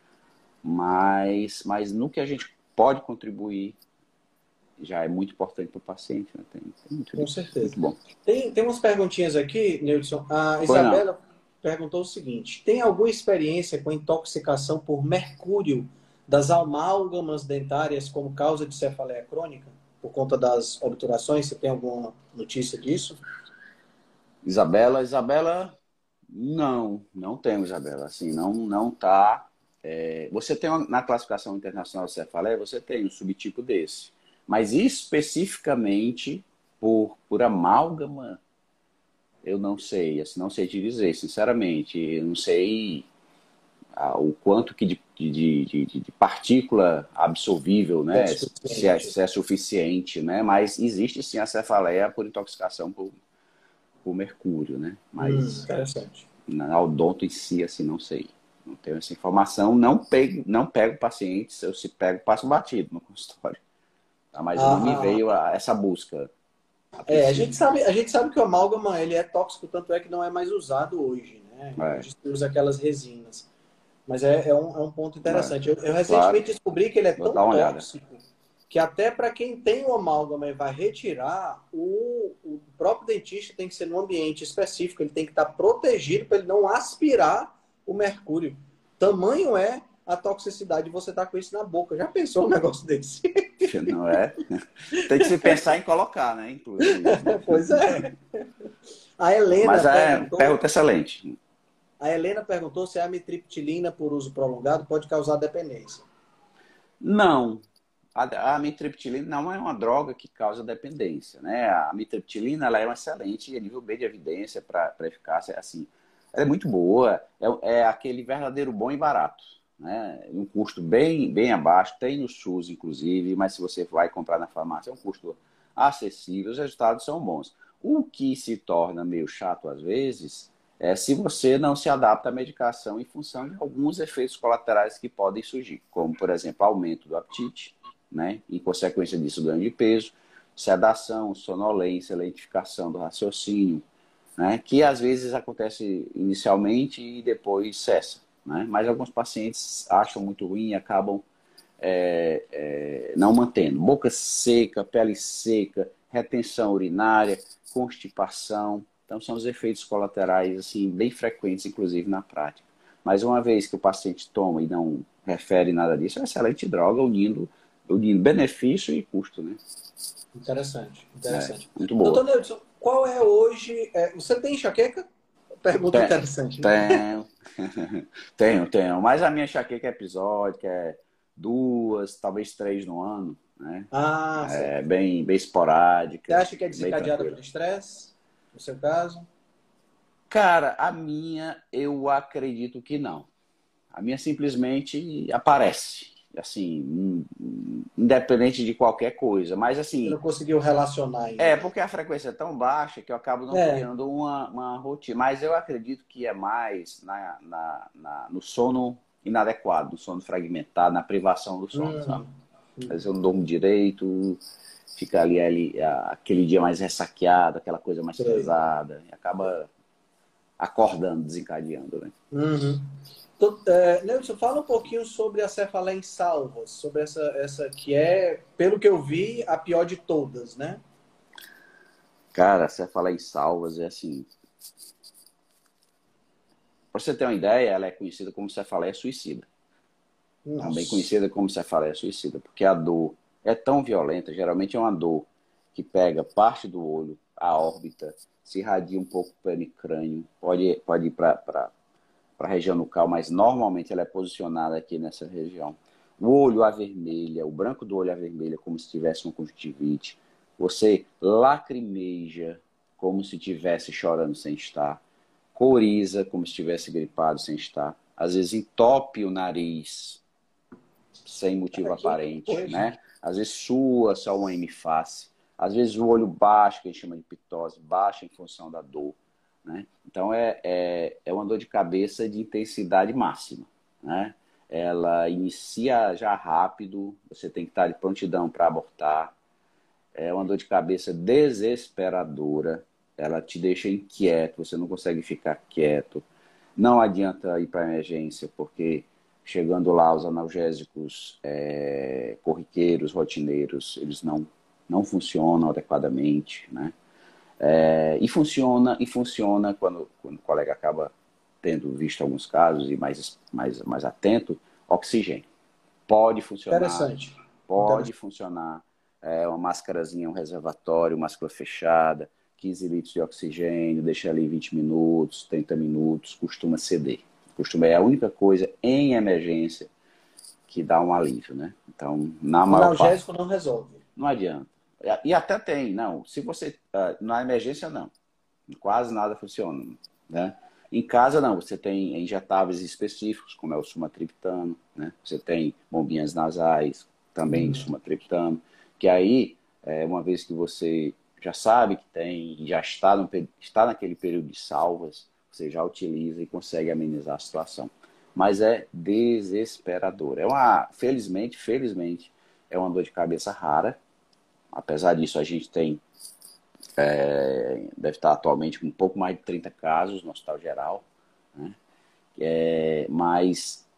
Mas no que a gente pode contribuir, já é muito importante para o paciente. Né? Tem Com certeza. muito bom. Tem umas perguntinhas aqui, Neudson. A Foi não. Isabela perguntou o seguinte: tem alguma experiência com intoxicação por mercúrio das amálgamas dentárias como causa de cefaleia crônica? Por conta das obturações? Você tem alguma notícia disso? Isabela, não temos, Isabela. Assim, não tá. Você tem na classificação internacional de cefaleia, você tem um subtipo desse. Mas especificamente por amálgama, eu não sei. Assim, não sei te dizer, sinceramente. Eu não sei o quanto que de partícula absorvível, né? Se é suficiente, né? Mas existe sim a cefaleia por intoxicação por mercúrio, né? Mas Interessante. na odonto em si, assim, não sei. Não tenho essa informação. Não pego pacientes, eu se pego, passo batido no consultório. Tá? Mas não me veio essa busca. A gente sabe que o amálgama ele é tóxico, tanto é que não é mais usado hoje, né? Hoje se usa aquelas resinas. Mas é um ponto interessante. Eu recentemente descobri que ele é tão tóxico que até para quem tem o amálgama e vai retirar, o próprio dentista tem que ser num ambiente específico, ele tem que estar protegido para ele não aspirar o mercúrio. Tamanho é a toxicidade de você estar com isso na boca. Já pensou um negócio desse? Não é? Tem que se pensar em colocar, né? Inclusive. Pois é. A Helena Mas pergunta excelente. A Helena perguntou se a amitriptilina por uso prolongado pode causar dependência. Não. A amitriptilina não é uma droga que causa dependência, né? A amitriptilina ela é uma excelente nível B de evidência para eficácia. Assim, ela é muito boa, é aquele verdadeiro bom e barato, né? Um custo bem abaixo, tem no SUS, inclusive, mas se você vai comprar na farmácia, é um custo acessível, os resultados são bons. O que se torna meio chato às vezes se você não se adapta à medicação em função de alguns efeitos colaterais que podem surgir, como, por exemplo, aumento do apetite, né? Em consequência disso, ganho de peso, sedação, sonolência, lentificação do raciocínio, né? Que às vezes acontece inicialmente e depois cessa, né? Mas alguns pacientes acham muito ruim e acabam não mantendo. Boca seca, pele seca, retenção urinária, constipação. Então, são os efeitos colaterais assim, bem frequentes, inclusive na prática. Mas uma vez que o paciente toma e não refere nada disso, é uma excelente droga, unindo benefício e custo, né? Interessante, interessante. Muito boa. Doutor Neudson, qual é hoje... você tem enxaqueca? Pergunta interessante. Né? Tenho. Mas a minha enxaqueca é episódica, é 2, talvez 3 no ano, né? É bem esporádica. Você acha que é desencadeada pelo estresse, no seu caso? Cara, a minha eu acredito que não. A minha simplesmente aparece, assim, independente de qualquer coisa. Mas assim... Você não conseguiu relacionar ainda. Porque a frequência é tão baixa que eu acabo não criando uma rotina. Mas eu acredito que é mais no sono inadequado, no sono fragmentado, na privação do sono, sabe? Às vezes eu não durmo direito, fica ali aquele dia mais ressaqueado, aquela coisa mais pesada, e acaba acordando, desencadeando, né? Então, Neudson, fala um pouquinho sobre a cefaleia em salvas, sobre essa que é, pelo que eu vi, a pior de todas, né? Cara, a cefaleia em salvas é assim... Para você ter uma ideia, ela é conhecida como cefaleia suicida. Nossa. Também conhecida como cefaleia suicida, porque a dor é tão violenta, geralmente é uma dor que pega parte do olho, a órbita, se irradia um pouco pelo crânio, pode ir para a região nucal, mas normalmente ela é posicionada aqui nessa região. O olho avermelha, o branco do olho avermelha, como se tivesse uma conjuntivite. Você lacrimeja como se estivesse chorando sem estar. Coriza como se estivesse gripado sem estar. Às vezes entope o nariz sem motivo aparente, né? Às vezes sua só uma hemiface. Às vezes o olho baixa, que a gente chama de ptose, baixa em função da dor. Né? Então é uma dor de cabeça de intensidade máxima, né? Ela inicia já rápido, você tem que estar de prontidão para abortar. É uma dor de cabeça desesperadora, ela te deixa inquieto, você não consegue ficar quieto. Não adianta ir para a emergência, porque chegando lá os analgésicos corriqueiros, rotineiros, eles não funcionam adequadamente, né? E funciona quando o colega acaba tendo visto alguns casos e mais atento, oxigênio. Pode funcionar. Interessante. Pode funcionar. Uma máscarazinha, um reservatório, máscara fechada, 15 litros de oxigênio, deixa ali 20 minutos, 30 minutos, costuma ceder. É a única coisa em emergência que dá um alívio, né? Então, na maior parte... Analgésico não resolve. Não adianta. E até tem, não. Se você... na emergência, não. Quase nada funciona, né? Em casa, não. Você tem injetáveis específicos, como é o sumatriptano, né? Você tem bombinhas nasais, também sumatriptano, que aí, uma vez que você já sabe que tem, já está naquele período de salvas, você já utiliza e consegue amenizar a situação. Mas é desesperador. Felizmente, é uma dor de cabeça rara. Apesar disso, a gente tem, deve estar atualmente com um pouco mais de 30 casos no Hospital Geral, né? Mas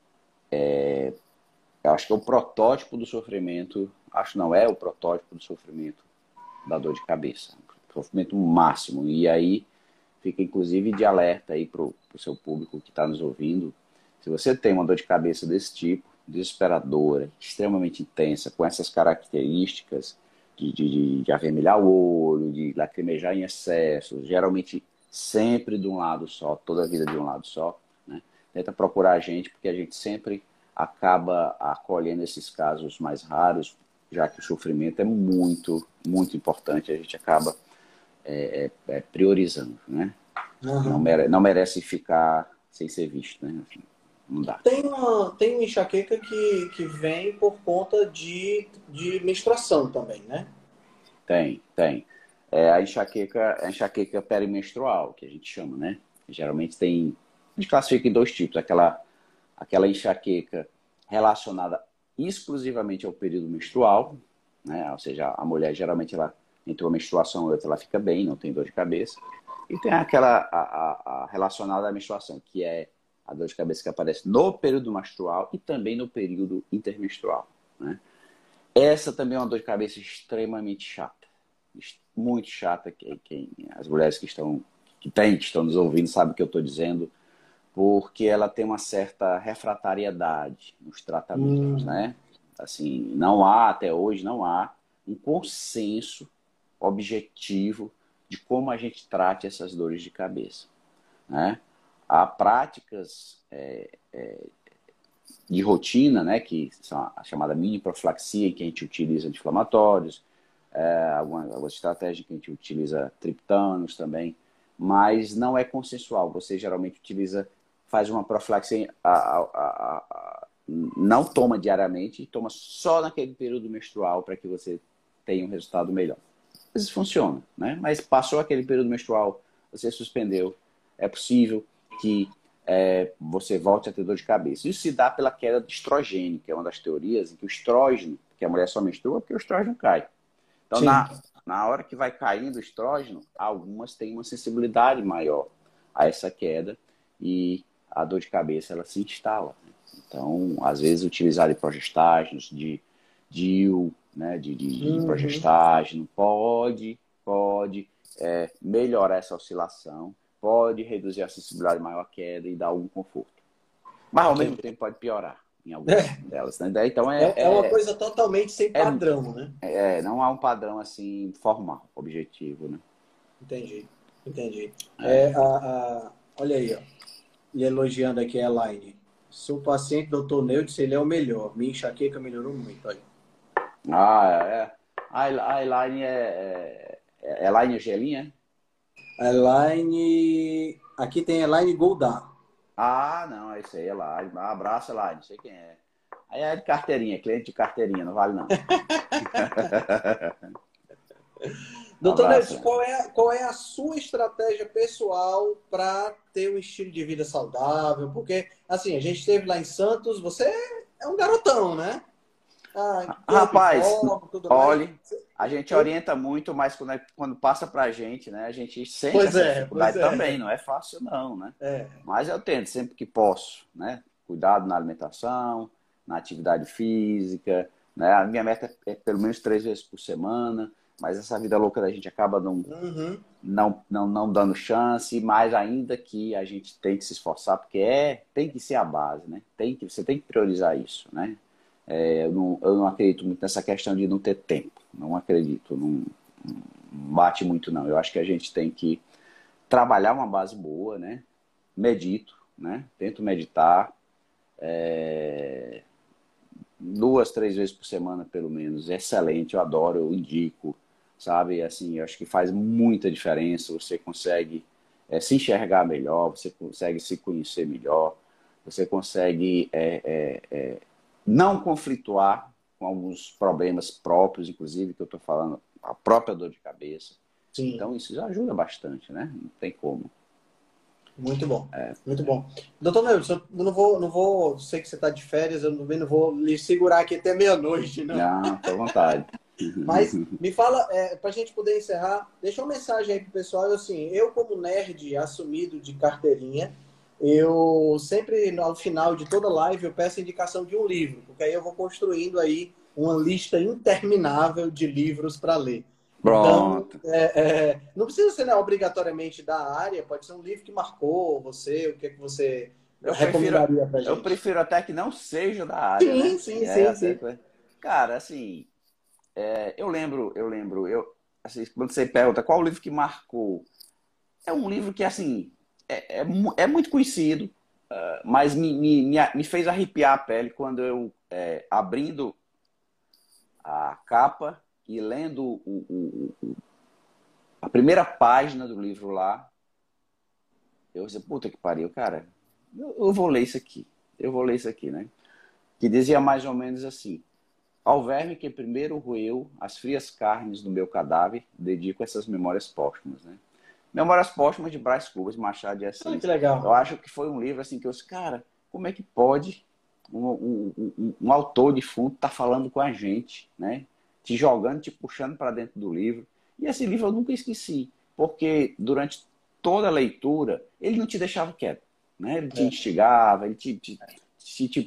eu acho que é o protótipo do sofrimento, é o protótipo do sofrimento da dor de cabeça. Sofrimento máximo. E aí fica inclusive de alerta aí para o seu público que está nos ouvindo. Se você tem uma dor de cabeça desse tipo, desesperadora, extremamente intensa, com essas características de avermelhar o olho, de lacrimejar em excesso, geralmente sempre de um lado só, toda a vida de um lado só, né? Tenta procurar a gente, porque a gente sempre acaba acolhendo esses casos mais raros, já que o sofrimento é muito, muito importante, a gente acaba priorizando, né? Não merece ficar sem ser visto, né? Enfim, não dá. Tem uma enxaqueca que vem por conta de menstruação também, né? Tem. A enxaqueca perimenstrual, que a gente chama, né? Geralmente a gente classifica em 2 tipos. Aquela enxaqueca relacionada exclusivamente ao período menstrual, né? Ou seja, a mulher geralmente entre uma menstruação e outra ela fica bem, não tem dor de cabeça. E tem aquela relacionada à menstruação, que é a dor de cabeça que aparece no período menstrual e também no período intermenstrual, né? Essa também é uma dor de cabeça extremamente chata. muito chata. As mulheres que estão nos ouvindo sabem o que eu estou dizendo, porque ela tem uma certa refratariedade nos tratamentos, né? Assim, até hoje, não há um consenso objetivo de como a gente trate essas dores de cabeça, né? Há práticas de rotina, né, que são a chamada mini profilaxia, em que a gente utiliza anti-inflamatórios, algumas estratégias que a gente utiliza triptanos também, mas não é consensual. Você geralmente faz uma profilaxia, não toma diariamente, toma só naquele período menstrual para que você tenha um resultado melhor. Às vezes funciona, né? Mas passou aquele período menstrual, você suspendeu, é possível que você volte a ter dor de cabeça. Isso se dá pela queda de estrogênio, que é uma das teorias em que o estrógeno, que a mulher só menstrua porque o estrógeno cai. Então, na hora que vai caindo o estrógeno, algumas têm uma sensibilidade maior a essa queda e a dor de cabeça ela se instala. Então, às vezes, utilizar progestágenos, de DIU, né, de progestágeno, pode melhorar essa oscilação, pode reduzir a sensibilidade maior à queda e dar algum conforto. Mas, ao mesmo tempo, pode piorar em algumas delas. Né? Então, é uma coisa totalmente sem padrão, né? Não há um padrão assim formal, objetivo, né? Entendi. Olha aí, ó. E elogiando aqui a Elaine. Seu paciente, doutor Neudson, ele é o melhor. Minha enxaqueca melhorou muito. Aí. A Elaine Elaine Angelinha? Elaine... Aqui tem Elaine Goldar. Não, é isso aí, Elaine. Abraço, Elaine, não sei quem é. Aí é de carteirinha, cliente de carteirinha, não vale não. Doutor Neudson, qual é a sua estratégia pessoal para ter um estilo de vida saudável? Porque, assim, a gente esteve lá em Santos, você é um garotão, né? Rapaz, olha, a gente orienta muito, mas quando passa pra gente, né? A gente sente essa dificuldade também, não é fácil não, né? Mas eu tento, sempre que posso, né? Cuidado na alimentação, na atividade física, né? A minha meta é pelo menos 3 vezes por semana, mas essa vida louca da gente acaba não dando chance, mais ainda que a gente tem que se esforçar, porque tem que ser a base, né? Você tem que priorizar isso, né? Eu não acredito muito nessa questão de não ter tempo. Não acredito. Não bate muito, não. Eu acho que a gente tem que trabalhar uma base boa, né? Medito, né? Tento meditar 2, 3 vezes por semana, pelo menos. É excelente, eu adoro, eu indico, sabe? Assim, eu acho que faz muita diferença. Você consegue se enxergar melhor, você consegue se conhecer melhor, você consegue... não conflituar com alguns problemas próprios, inclusive, que eu estou falando, a própria dor de cabeça. Sim. Então, isso já ajuda bastante, né? Não tem como. Muito bom, muito bom. Doutor Neudson, eu não vou, sei que você está de férias, eu não vou lhe segurar aqui até meia-noite, não. Não, fica à vontade. Mas me fala, para a gente poder encerrar, deixa uma mensagem aí pro pessoal, assim, eu como nerd assumido de carteirinha, eu sempre, ao final de toda live, eu peço a indicação de um livro, porque aí eu vou construindo aí uma lista interminável de livros para ler. Pronto. Então, não precisa ser obrigatoriamente da área, pode ser um livro que marcou você, o que você recomendaria pra gente? Eu prefiro até que não seja da área, né? Sim. Cara, assim, eu lembro, assim, quando você pergunta qual o livro que marcou, é um livro que, assim... É muito conhecido, mas me fez arrepiar a pele quando eu, abrindo a capa e lendo a primeira página do livro lá, eu disse, puta que pariu, cara, eu vou ler isso aqui, né? Que dizia mais ou menos assim: ao verme que primeiro roeu as frias carnes do meu cadáver, dedico essas memórias póstumas, né? Memórias Póstumas de Brás Cubas, Machado de Assis. Que legal. Eu acho que foi um livro assim que eu disse, cara, como é que pode um autor defunto estar falando com a gente, né? Te jogando, te puxando para dentro do livro. E esse livro eu nunca esqueci, porque durante toda a leitura ele não te deixava quieto, né? Ele te instigava, ele te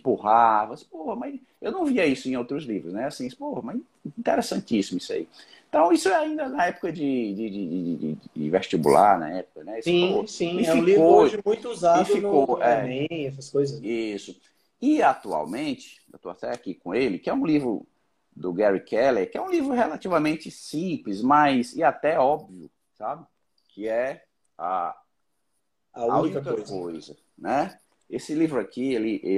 empurrava. Assim, porra, mas eu não via isso em outros livros, né? Assim, porra, mas interessantíssimo isso aí. Então, isso é ainda na época de vestibular, na época, né? Sim, sim. E É um livro ficou, hoje muito e usado ficou, no Enem, essas coisas. isso. E atualmente, eu estou até aqui com ele, que é um livro do Gary Keller, que é um livro relativamente simples, mas e até óbvio, sabe? Que é A a única única coisa. coisa, né? Esse livro aqui,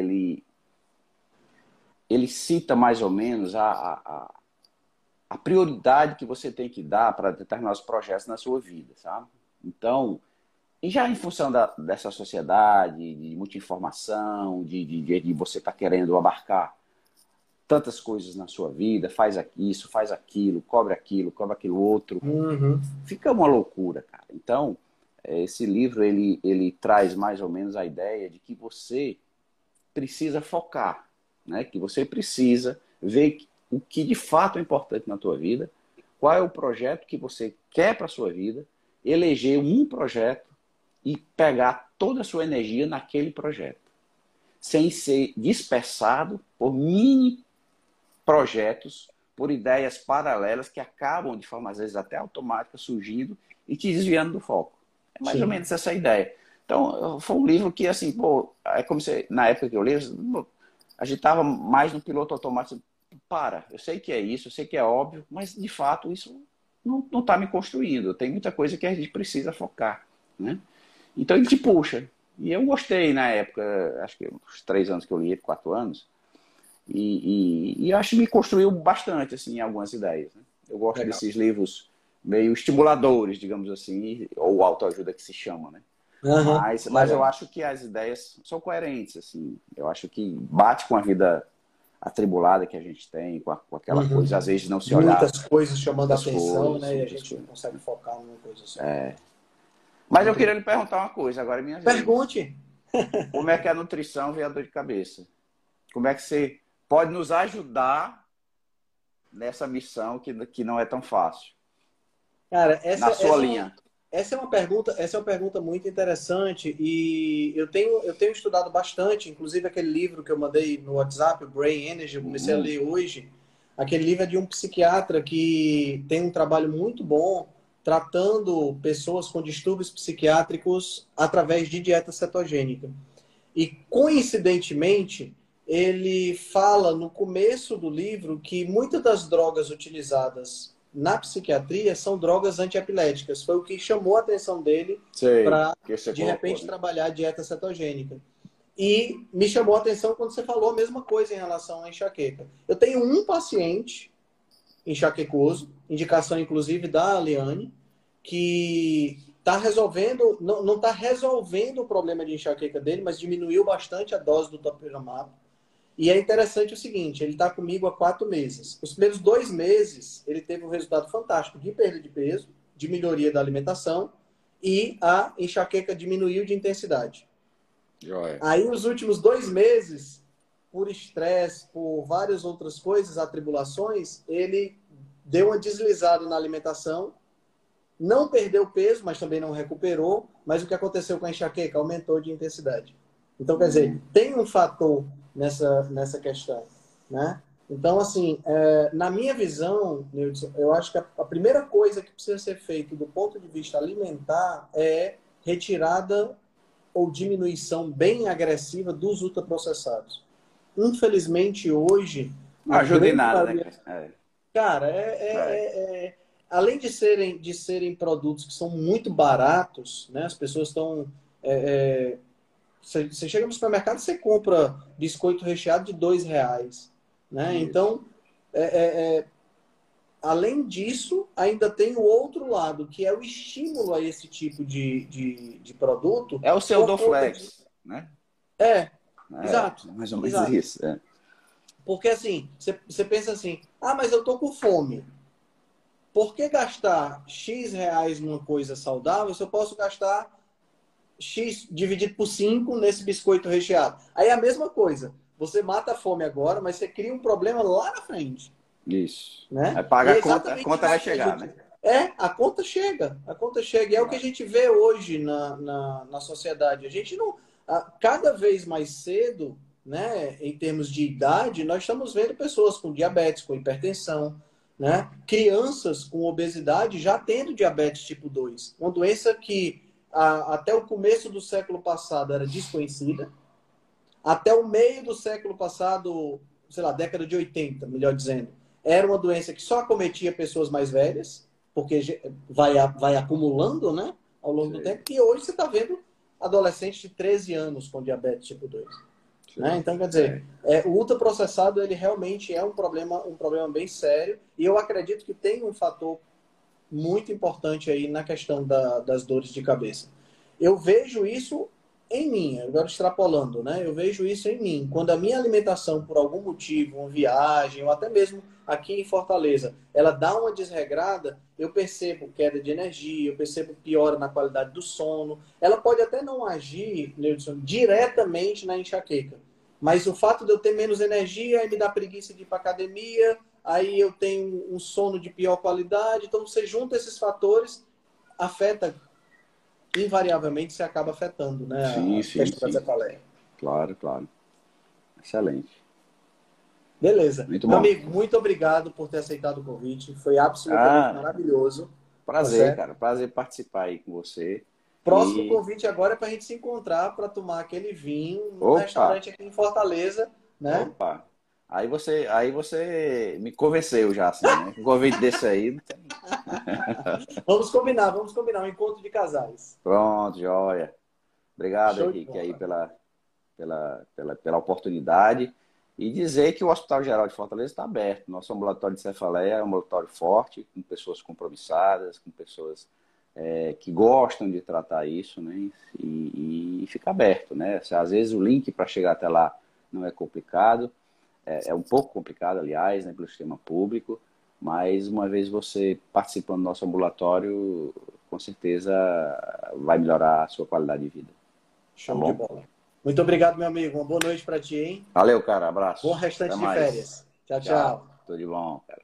ele cita mais ou menos a prioridade que você tem que dar para determinados projetos na sua vida, sabe? Então, e já em função dessa sociedade, de muita informação, de você estar querendo abarcar tantas coisas na sua vida, isso, faz aquilo, cobre aquilo outro, Uhum. fica uma loucura, cara. Então, esse livro, ele traz mais ou menos a ideia de que você precisa focar, né? Que você precisa ver o que de fato é importante na tua vida, qual é o projeto que você quer para a sua vida, eleger um projeto e pegar toda a sua energia naquele projeto, sem ser dispersado por mini projetos, por ideias paralelas que acabam de forma às vezes até automática surgindo e te desviando do foco. É mais ou Sim. menos essa ideia. Então, foi um livro que, assim, pô, é como se, na época que eu li, a gente estava mais no piloto automático. Eu sei que é isso, eu sei que é óbvio, mas de fato isso não está me construindo. Tem muita coisa que a gente precisa focar, né? Então ele te puxa. E eu gostei na época, acho que uns 3 anos que eu li, 4 anos, e acho que me construiu bastante, assim, algumas ideias, né? Eu gosto Legal. desses livros meio estimuladores, digamos assim, ou autoajuda que se chama, né? Uhum. Mas eu acho que as ideias são coerentes, assim. Eu acho que bate com a vida atribulada que a gente tem, com aquela Uhum. coisa, às vezes não se olhar Muitas coisas chamando a muitas atenção, coisas, né? E a muitas gente não coisas. consegue focar numa coisa só. Mas eu Muito queria bom. lhe perguntar uma coisa, agora é minha vez. Pergunte. Como é que a nutrição vê a dor de cabeça? Como é que você pode nos ajudar nessa missão que não é tão fácil? Cara, Na sua linha. essa é uma pergunta muito interessante e eu tenho estudado bastante, inclusive aquele livro que eu mandei no WhatsApp, o Brain Energy, eu comecei a ler hoje. Aquele livro é de um psiquiatra que tem um trabalho muito bom tratando pessoas com distúrbios psiquiátricos através de dieta cetogênica. E, coincidentemente, ele fala no começo do livro que muitas das drogas utilizadas na psiquiatria são drogas antiepiléticas. Foi o que chamou a atenção dele Sei, para, que você de colocou, repente, né? trabalhar a dieta cetogênica. E me chamou a atenção quando você falou a mesma coisa em relação à enxaqueca. Eu tenho um paciente enxaquecoso, indicação inclusive da Aliane, que está resolvendo, não está resolvendo o problema de enxaqueca dele, mas diminuiu bastante a dose do topiramate. E é interessante o seguinte, ele está comigo há 4 meses. Os primeiros 2 meses, ele teve um resultado fantástico de perda de peso, de melhoria da alimentação, e a enxaqueca diminuiu de intensidade. Joia. Aí, os últimos 2 meses, por estresse, por várias outras coisas, atribulações, ele deu uma deslizada na alimentação, não perdeu peso, mas também não recuperou. Mas o que aconteceu com a enxaqueca? Aumentou de intensidade. Então, quer dizer, tem um fator nessa questão, né? Então, assim, na minha visão, Nilson, eu acho que a primeira coisa que precisa ser feita do ponto de vista alimentar é retirada ou diminuição bem agressiva dos ultraprocessados. Infelizmente, hoje, Não a ajuda em grande nada, né, maioria... cara? Cara, É. além de serem produtos que são muito baratos, né? As pessoas estão... Você chega no supermercado, você compra biscoito recheado de R$ 2, né? Isso. Então, além disso, ainda tem o outro lado, que é o estímulo a esse tipo de produto É o seu por conta de... Doflex, né? É, É, exato, mais ou menos exato. isso. É. Porque assim, você pensa assim, mas eu tô com fome. Por que gastar X reais numa coisa saudável se eu posso gastar X dividido por 5 nesse biscoito recheado? Aí é a mesma coisa. Você mata a fome agora, mas você cria um problema lá na frente, Isso. né? Aí E paga é a exatamente conta isso vai que a chegar, gente... né? A conta chega. A conta chega. E é o que a gente vê hoje na sociedade. A gente não... Cada vez mais cedo, né, em termos de idade, nós estamos vendo pessoas com diabetes, com hipertensão, né? Crianças com obesidade já tendo diabetes tipo 2. Uma doença que até o começo do século passado era desconhecida. Até o meio do século passado, sei lá, década de 80, melhor dizendo, era uma doença que só acometia pessoas mais velhas, porque vai acumulando, né, ao longo do tempo. E hoje você está vendo adolescentes de 13 anos com diabetes tipo 2. Né? Então, quer dizer, o ultraprocessado, ele realmente é um problema bem sério. E eu acredito que tem um fator muito importante aí na questão das dores de cabeça. Eu vejo isso em mim, agora extrapolando, né? Eu vejo isso em mim. Quando a minha alimentação, por algum motivo, uma viagem, ou até mesmo aqui em Fortaleza, ela dá uma desregrada, eu percebo queda de energia, eu percebo piora na qualidade do sono. Ela pode até não agir, Neudson, diretamente na enxaqueca. Mas o fato de eu ter menos energia, aí me dá preguiça de ir para academia, aí eu tenho um sono de pior qualidade. Então, você junta esses fatores, afeta, invariavelmente, você acaba afetando, né? Sim. Da cefaleia. Claro. Excelente. Beleza. Muito Meu bom. amigo, muito obrigado por ter aceitado o convite. Foi absolutamente maravilhoso. Prazer, cara. Prazer participar aí com você. Próximo convite agora é para a gente se encontrar para tomar aquele vinho num restaurante aqui em Fortaleza, né? Opa! Aí você me convenceu já, assim, né? Um convite desse aí. Não tem... Vamos combinar um encontro de casais. Pronto, joia. Obrigado, Henrique, aí pela oportunidade. E dizer que o Hospital Geral de Fortaleza está aberto. Nosso ambulatório de cefaleia é um ambulatório forte, com pessoas compromissadas, com pessoas que gostam de tratar isso, né? E fica aberto, né? Às vezes o link para chegar até lá não é complicado. É um pouco complicado, aliás, né, pelo sistema público, mas uma vez você participando do nosso ambulatório, com certeza vai melhorar a sua qualidade de vida. Show de bola. Muito obrigado, meu amigo. Uma boa noite para ti, hein? Valeu, cara. Abraço. Bom restante de férias. Tchau. Tudo de bom, cara.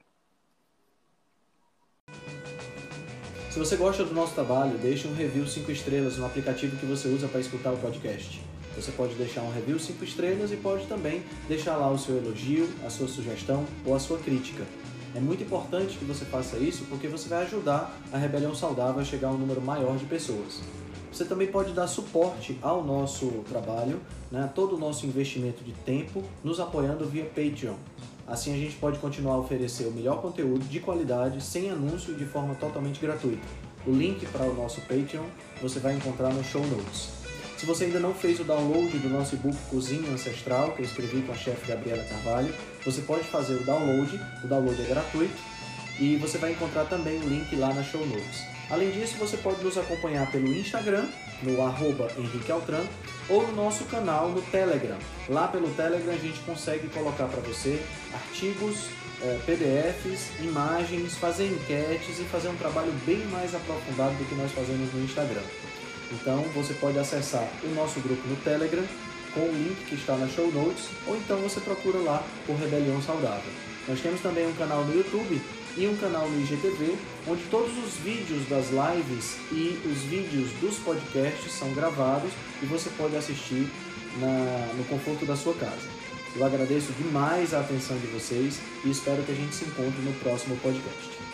Se você gosta do nosso trabalho, deixe um review 5 estrelas no aplicativo que você usa para escutar o podcast. Você pode deixar um review 5 estrelas e pode também deixar lá o seu elogio, a sua sugestão ou a sua crítica. É muito importante que você faça isso porque você vai ajudar a Rebelião Saudável a chegar a um número maior de pessoas. Você também pode dar suporte ao nosso trabalho, né, todo o nosso investimento de tempo, nos apoiando via Patreon. Assim a gente pode continuar a oferecer o melhor conteúdo de qualidade, sem anúncio e de forma totalmente gratuita. O link para o nosso Patreon você vai encontrar no show notes. Se você ainda não fez o download do nosso e-book Cozinha Ancestral, que eu escrevi com a chefe Gabriela Carvalho, você pode fazer o download é gratuito e você vai encontrar também o link lá na show notes. Além disso, você pode nos acompanhar pelo Instagram, no @HenriqueAltran, ou no nosso canal no Telegram. Lá pelo Telegram a gente consegue colocar para você artigos, PDFs, imagens, fazer enquetes e fazer um trabalho bem mais aprofundado do que nós fazemos no Instagram. Então você pode acessar o nosso grupo no Telegram com o link que está na show notes, ou então você procura lá por Rebelião Saudável. Nós temos também um canal no YouTube e um canal no IGTV, onde todos os vídeos das lives e os vídeos dos podcasts são gravados e você pode assistir no conforto da sua casa. Eu agradeço demais a atenção de vocês e espero que a gente se encontre no próximo podcast.